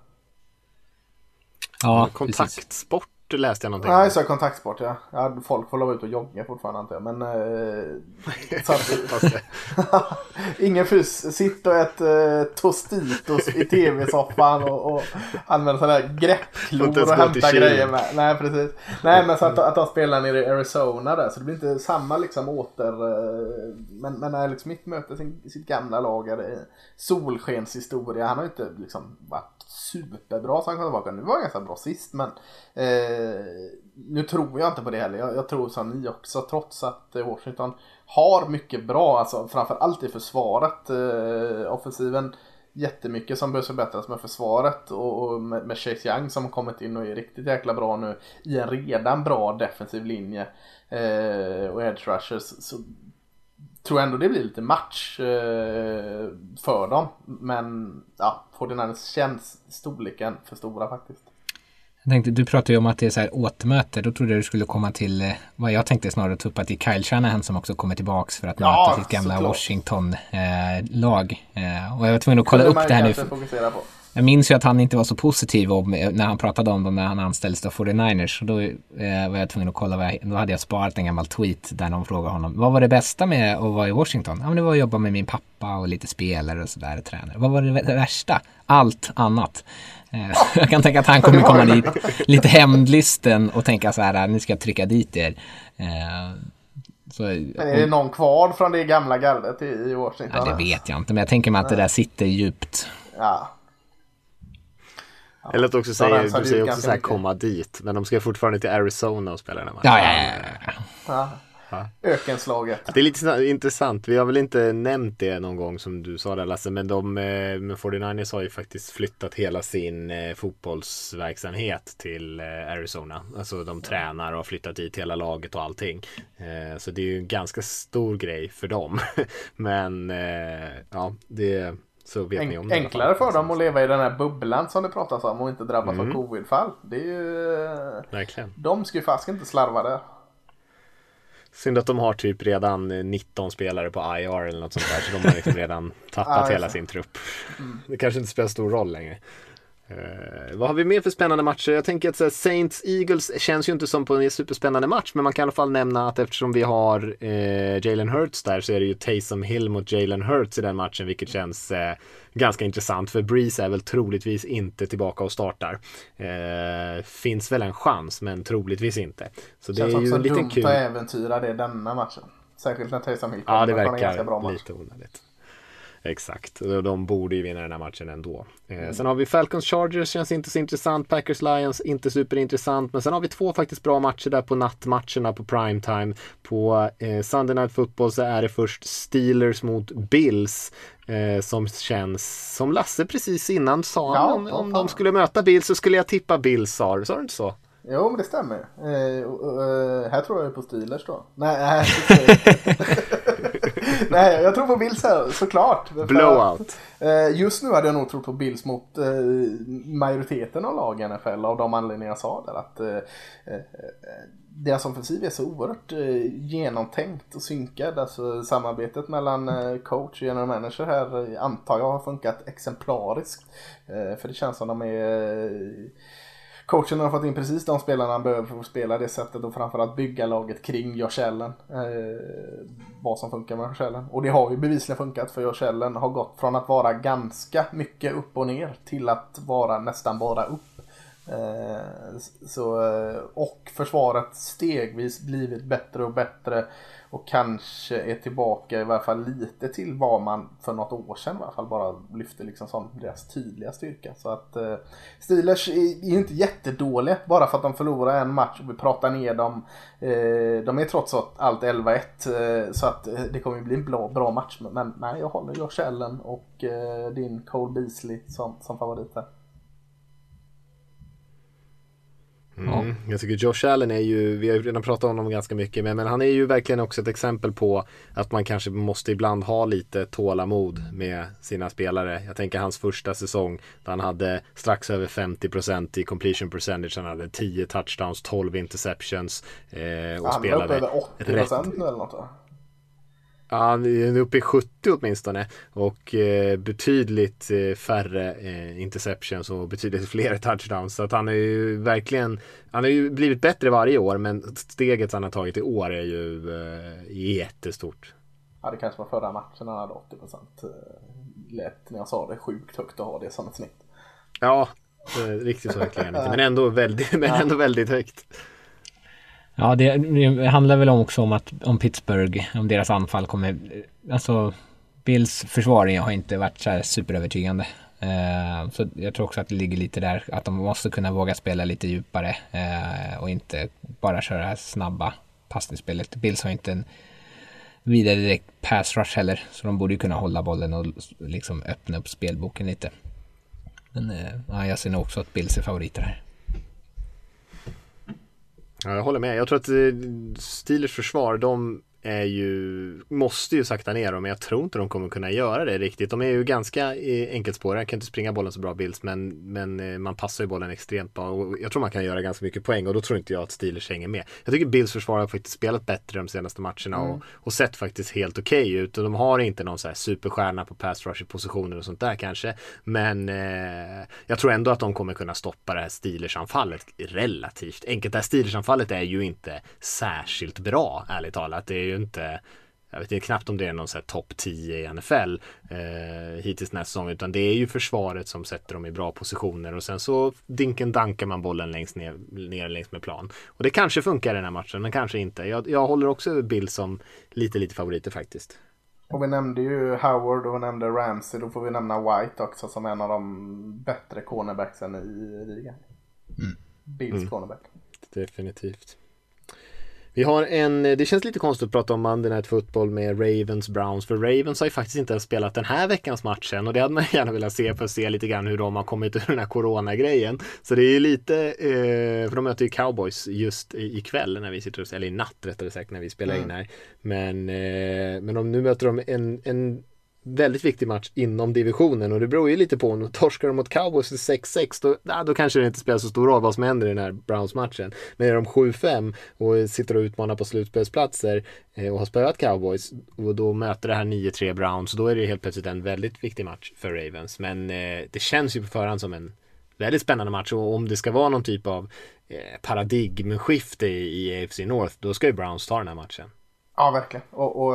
Ja, kontaktsport läste jag någonting. Nej, så kontaktsport, ja. Folk får lova ut och jogga fortfarande, inte jag. Men så att, ingen fys. Sitt och ät Tostitos i tv-soffan och använder sådana där greppklor och hämta grejer med. Nej, precis. Nej, men så att de spelar nere i Arizona där, så det blir inte samma liksom men Alex Smith möter sitt gamla lag, solskenshistoria. Han har inte liksom varit superbra så han kom tillbaka. Nu var han ganska bra sist, men nu tror jag inte på det heller. Jag tror som ni också, trots att Washington har mycket bra, alltså framförallt i försvaret. Offensiven jättemycket som behöver förbättras med försvaret och med Chase Young som har kommit in och är riktigt jäkla bra nu i en redan bra defensiv linje och edge rushers, så tror jag ändå det blir lite match för dem. Men ja, 49ers känns storleken för stora faktiskt. Jag tänkte, du pratade ju om att det är så här återmöte. Då trodde jag du skulle komma till vad jag tänkte snarare ta upp, att det är Kyle Shanahan som också kommer tillbaks för att möta sitt gamla Washington-lag. Och jag var tvungen att kolla upp det här nu. Jag minns ju att han inte var så positiv när han pratade om dem när han anställdes av 49ers. Och då var jag tvungen att kolla, då hade jag sparat en gammal tweet där någon frågade honom: vad var det bästa med att vara i Washington? Ja, men det var att jobba med min pappa och lite spelare och sådär, tränare. Vad var det värsta? Allt annat. Jag kan tänka att han kommer komma dit lite hämndlysten och tänka så här: nu ska jag trycka dit er. Men är det någon kvar från det gamla gardet i Washington? Ja, det vet jag inte, men jag tänker mig att det där sitter djupt. Ja. Eller att också säga, du säger också så här, komma dit, men de ska fortfarande till Arizona och spela den här matchen. Ja. Ökenslaget. Det är lite intressant. Vi har väl inte nämnt det någon gång som du sa där, Lasse, men de med 49ers har ju faktiskt flyttat hela sin fotbollsverksamhet till Arizona. Alltså de tränar och har flyttat dit hela laget och allting. Så det är ju en ganska stor grej för dem. Men ja, det så vet ni om det. Enklare för dem att leva i den här bubblan som det pratas om och inte drabbas av covid-fall. Det är ju... Verkligen. De ska ju fast inte slarva där. Synd att de har typ redan 19 spelare på IR eller något sånt där, så de har liksom redan tappat hela sin trupp. Det kanske inte spelar stor roll längre. Vad har vi mer för spännande matcher? Jag tänker att Saints-Eagles känns ju inte som på en superspännande match, men man kan i alla fall nämna att eftersom vi har Jalen Hurts där, så är det ju Taysom Hill mot Jalen Hurts i den matchen, vilket känns ganska intressant, för Breeze är väl troligtvis inte tillbaka och startar. Finns väl en chans, men troligtvis inte. Så det känns är ju en liten kul. Dumt att äventyra det denna matchen. Särskilt när Taysom Hill kommer. Ja, det verkar lite onödigt. Exakt, de borde ju vinna den här matchen ändå. Sen har vi Falcons Chargers, känns inte så intressant. Packers Lions, inte superintressant. Men sen har vi 2 faktiskt bra matcher där på nattmatcherna på primetime. På Sunday Night Football så är det först Steelers mot Bills, som känns som Lasse precis innan sa om de skulle möta Bills, så skulle jag tippa Bills, sa du inte så? Jo, men det stämmer. Här tror jag på Steelers då. Nej, jag tror på Bills här, såklart. Blowout. Just nu hade jag nog trott på Bills mot majoriteten av lag i NFL, av de anledningar jag sa där. Att deras offensiv är så oerhört genomtänkt och synkad. Alltså samarbetet mellan coach och general manager här antar jag har funkat exemplariskt. För det känns som de är... Coachen har fått in precis de spelarna han behöver för att spela det sättet, och framförallt bygga laget kring Josh Allen. Vad som funkar med Josh Allen. Och det har ju bevisligen funkat, för Josh Allen har gått från att vara ganska mycket upp och ner till att vara nästan bara upp. Och försvaret stegvis blivit bättre och bättre, och kanske är tillbaka i varje fall lite till vad man för något år sedan i alla fall bara lyfte liksom som deras tydliga styrka. Så att Steelers är ju inte jättedåliga bara för att de förlorar en match och vi pratar ner dem. De är trots allt 11-1, så att det kommer bli en bra match. Men nej, jag håller Josh Allen och din Cole Beasley som favoriter. Jag tycker Josh Allen är ju, vi har redan pratat om honom ganska mycket, men han är ju verkligen också ett exempel på att man kanske måste ibland ha lite tålamod med sina spelare. Jag tänker hans första säsong där han hade strax över 50% i completion percentage, han hade 10 touchdowns, 12 interceptions och han spelade över 80% nu eller något då. Ja, han är uppe i 70 åtminstone, och betydligt färre interceptions och betydligt fler touchdowns, så att han är ju verkligen, han har ju blivit bättre varje år, men steget han har tagit i år är ju jättestort. Ja, det kanske var förra matchen han hade 80%. Lätt när jag sa det, sjukt högt att ha det som ett snitt. Ja, riktigt så verkligen inte, men ändå väldigt högt. Ja, det handlar väl också om Pittsburgh, om deras anfall kommer, alltså Bills försvar har inte varit så här superövertygande. Så jag tror också att det ligger lite där, att de måste kunna våga spela lite djupare och inte bara köra det här snabba passningsspelet. Bills har inte vidare direkt pass rush heller. Så de borde ju kunna hålla bollen och liksom öppna upp spelboken lite. Men jag ser nog också att Bills är favoriter här. Ja, jag håller med. Jag tror att Steelers försvar, de måste ju sakta ner dem, men jag tror inte de kommer kunna göra det riktigt. De är ju ganska enkelspåriga, kan inte springa bollen så bra Bills, men man passar ju bollen extremt bra och jag tror man kan göra ganska mycket poäng och då tror inte jag att Steelers hänger med. Jag tycker Bills försvar har faktiskt spelat bättre de senaste matcherna och sett faktiskt helt okej ut och de har inte någon så här superstjärna på pass rush i positioner och sånt där kanske, men jag tror ändå att de kommer kunna stoppa det här Steelers-anfallet relativt enkelt. Det här Steelers-anfallet är ju inte särskilt bra, ärligt talat. Det är ju inte, jag vet inte knappt om det är någon så här topp 10 i NFL hittills nästa säsong, utan det är ju försvaret som sätter dem i bra positioner och sen så dankar man bollen ner längs med plan. Och det kanske funkar i den här matchen, men kanske inte. Jag håller också Bill som lite favoriter faktiskt. Och vi nämnde ju Howard och vi nämnde Ramsey, då får vi nämna White också som en av de bättre cornerbacksen i ligan. Bills cornerback. Definitivt. Vi har det känns lite konstigt att prata om Monday Night Football med Ravens Browns, för Ravens har ju faktiskt inte ens spelat den här veckans matchen och det hade man gärna velat se för att se lite grann hur de har kommit ur den här coronagrejen. Så det är ju lite, för de möter ju Cowboys just ikväll när vi sitter, eller i natt rättare sagt när vi spelar in här. Men nu möter de en väldigt viktig match inom divisionen och det beror ju lite på om de torskar de mot Cowboys i 6-6 då kanske det inte spelar så stor roll vad som händer i den här Browns-matchen. Men är de 7-5 och sitter och utmanar på slutspelsplatser och har spöat Cowboys och då möter det här 9-3 Browns, då är det helt plötsligt en väldigt viktig match för Ravens. Men det känns ju på förhand som en väldigt spännande match och om det ska vara någon typ av paradigmskifte i AFC North, då ska ju Browns ta den här matchen. Ja, verkligen. Och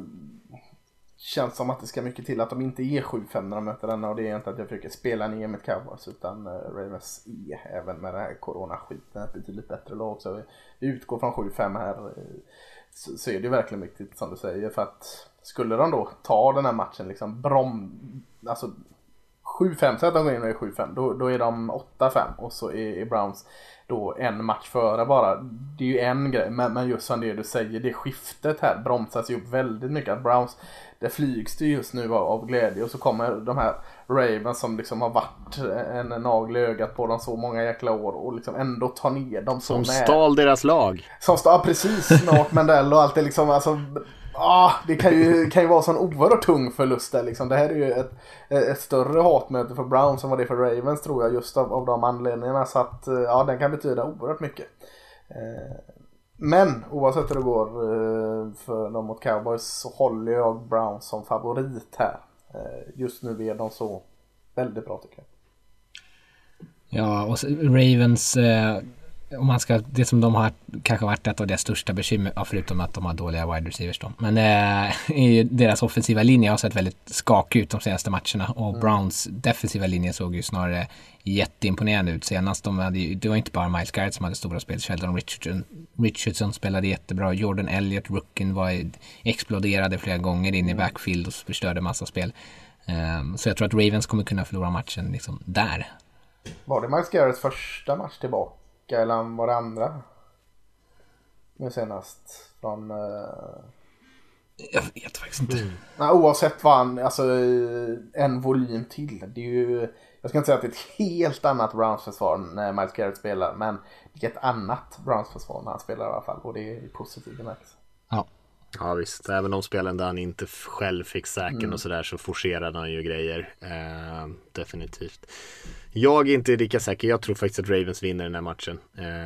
känns som att det ska mycket till att de inte ger 7-5 när de möter denna, och det är inte att jag försöker spela ner med Cowboys, utan Ravens är även med det här coronaskiten ett betydligt bättre lag, så vi utgår från 7-5 här, så är det verkligen viktigt som du säger, för att skulle de då ta den här matchen liksom alltså 7-5, så att de går in och är 7-5, då är de 8-5 och så är Browns då en match före bara. Det är ju en grej, men just som det du säger, det skiftet här bromsas ju upp väldigt mycket. Att Browns, det flygs det just nu av glädje, och så kommer de här Ravens som liksom har varit en nagel i ögat på dem så många jäkla år och liksom ändå tar ner dem så som stal deras lag. Som precis, snart Mandel och allt det liksom, alltså det kan ju vara så en oerhört tung förlust där liksom. Det här är ju ett större hatmöte för Browns som var det för Ravens, tror jag, just av de anledningarna, så att den kan betyda oerhört mycket. Men oavsett hur det går för dem mot Cowboys, så håller jag Browns som favorit här. Just nu är de så väldigt bra, tycker jag. Ja, och Ravens, om man ska, det som de har kanske varit ett av deras största bekymmer, förutom att de har dåliga wide receivers då, men deras offensiva linje har sett väldigt skakig ut de senaste matcherna, och Browns defensiva linje såg ju snarare jätteimponerande ut senast. Det var inte bara Myles Garrett som hade stora spel, Sheldon Richardson spelade jättebra, Jordan Elliott, rookien, exploderade flera gånger in i backfield och förstörde massa spel. Så jag tror att Ravens kommer kunna förlora matchen liksom där. Var det Myles Garretts första match tillbaka, eller var det andra? Nu senast från jag vet faktiskt inte. Nej, oavsett vad han, alltså en volym till. Det är ju, jag ska inte säga att det är ett helt annat Browns-försvar när Myles Garrett spelar, men det är ett annat Browns-försvar när han spelar i alla fall, och det är positivt i märks. Ja visst, även de spelen där han inte själv fick säken och sådär, så forcerade han ju grejer. Definitivt. Jag är inte lika säker, jag tror faktiskt att Ravens vinner den här matchen.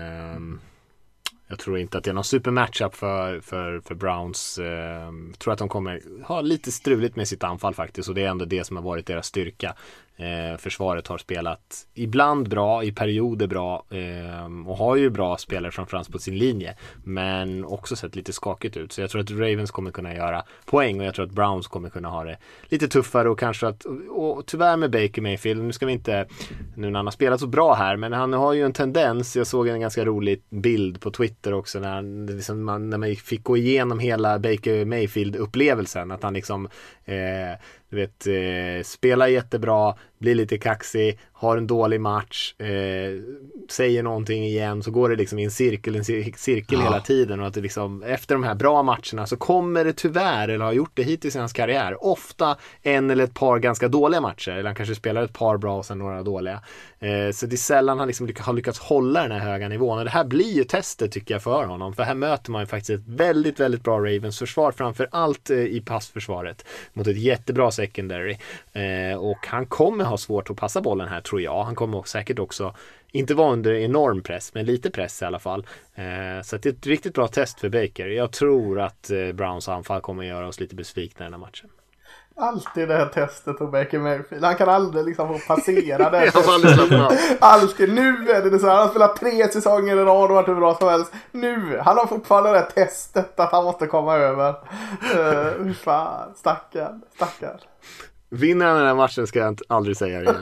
Jag tror inte att det är någon super matchup för Browns. Jag tror att de kommer ha lite struligt med sitt anfall faktiskt, och det är ändå det som har varit deras styrka. Försvaret har spelat ibland bra, i perioder bra, och har ju bra spelare framförallt på sin linje, men också sett lite skakigt ut. Så jag tror att Ravens kommer kunna göra poäng, och jag tror att Browns kommer kunna ha det lite tuffare, och kanske och tyvärr med Baker Mayfield, nu ska vi inte, nu när han har spelat så bra här, men han har ju en tendens, jag såg en ganska rolig bild på Twitter också när man fick gå igenom hela Baker Mayfield-upplevelsen, att han liksom spelar jättebra, blir lite kaxig, har en dålig match, säger någonting igen, så går det liksom i en cirkel hela tiden, och att det liksom, efter de här bra matcherna så kommer det tyvärr, eller har gjort det hittills i hans karriär, ofta en eller ett par ganska dåliga matcher, eller han kanske spelar ett par bra och sen några dåliga. Så det är sällan han liksom har lyckats hålla den här höga nivån, och det här blir ju testet tycker jag för honom, för här möter man ju faktiskt ett väldigt, väldigt bra Ravens försvar, framför allt i passförsvaret mot ett jättebra secondary, och han kommer ha svårt att passa bollen här, tror jag. Han kommer säkert också inte vara under enorm press, men lite press i alla fall. Så att det är ett riktigt bra test för Baker. Jag tror att Browns anfall kommer att göra oss lite besvikna i den här matchen. Alltid det här testet på Baker Mayfield. Han kan aldrig liksom få passera det. Alltid. Nu är det så här. Han har spelat 3 säsonger i rad och varit hur bra som helst. Nu. Han har fortfarande det här testet att han måste komma över. Fan. Stackar. Vinner han den här matchen ska jag aldrig säga igen.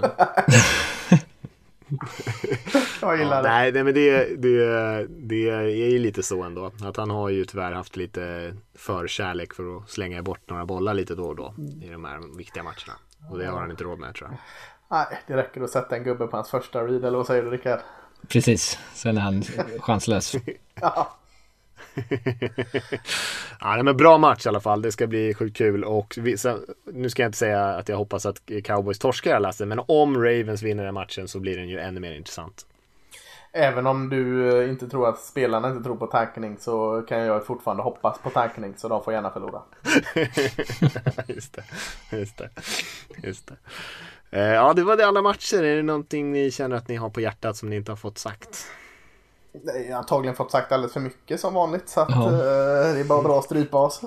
Jag gillar det. Nej, men det är ju lite så ändå. Att han har ju tyvärr haft lite förkärlek för att slänga bort några bollar lite då och då i de här viktiga matcherna. Och det har han inte råd med, tror jag. Nej, det räcker att sätta en gubbe på hans första read, eller vad säger du, Rickard? Precis, sen är han chanslös. Ja. Ja, men bra match i alla fall. Det ska bli sjukt kul. Och nu ska jag inte säga att jag hoppas att Cowboys torskar, Lasse, men om Ravens vinner den matchen så blir den ju ännu mer intressant. Även om du inte tror att spelarna inte tror på tackning, så kan jag fortfarande hoppas på tackning, så de får gärna förlora. Just det. Ja, det var det alla matcher. Är det någonting ni känner att ni har på hjärtat som ni inte har fått sagt? Nej, jag har antagligen fått sagt alldeles för mycket som vanligt, så att, det är bara bra att strypa oss.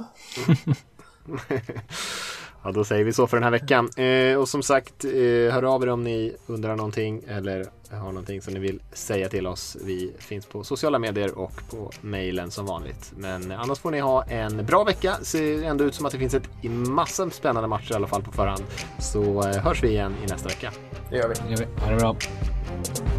Ja, då säger vi så för den här veckan. Och som sagt, hör av er om ni undrar någonting eller har någonting som ni vill säga till oss. Vi finns på sociala medier och på mejlen som vanligt. Men annars får ni ha en bra vecka. Ser ändå ut som att det finns ett massa spännande matcher i alla fall på förhand. Så hörs vi igen i nästa vecka. Det gör vi. Ha det bra.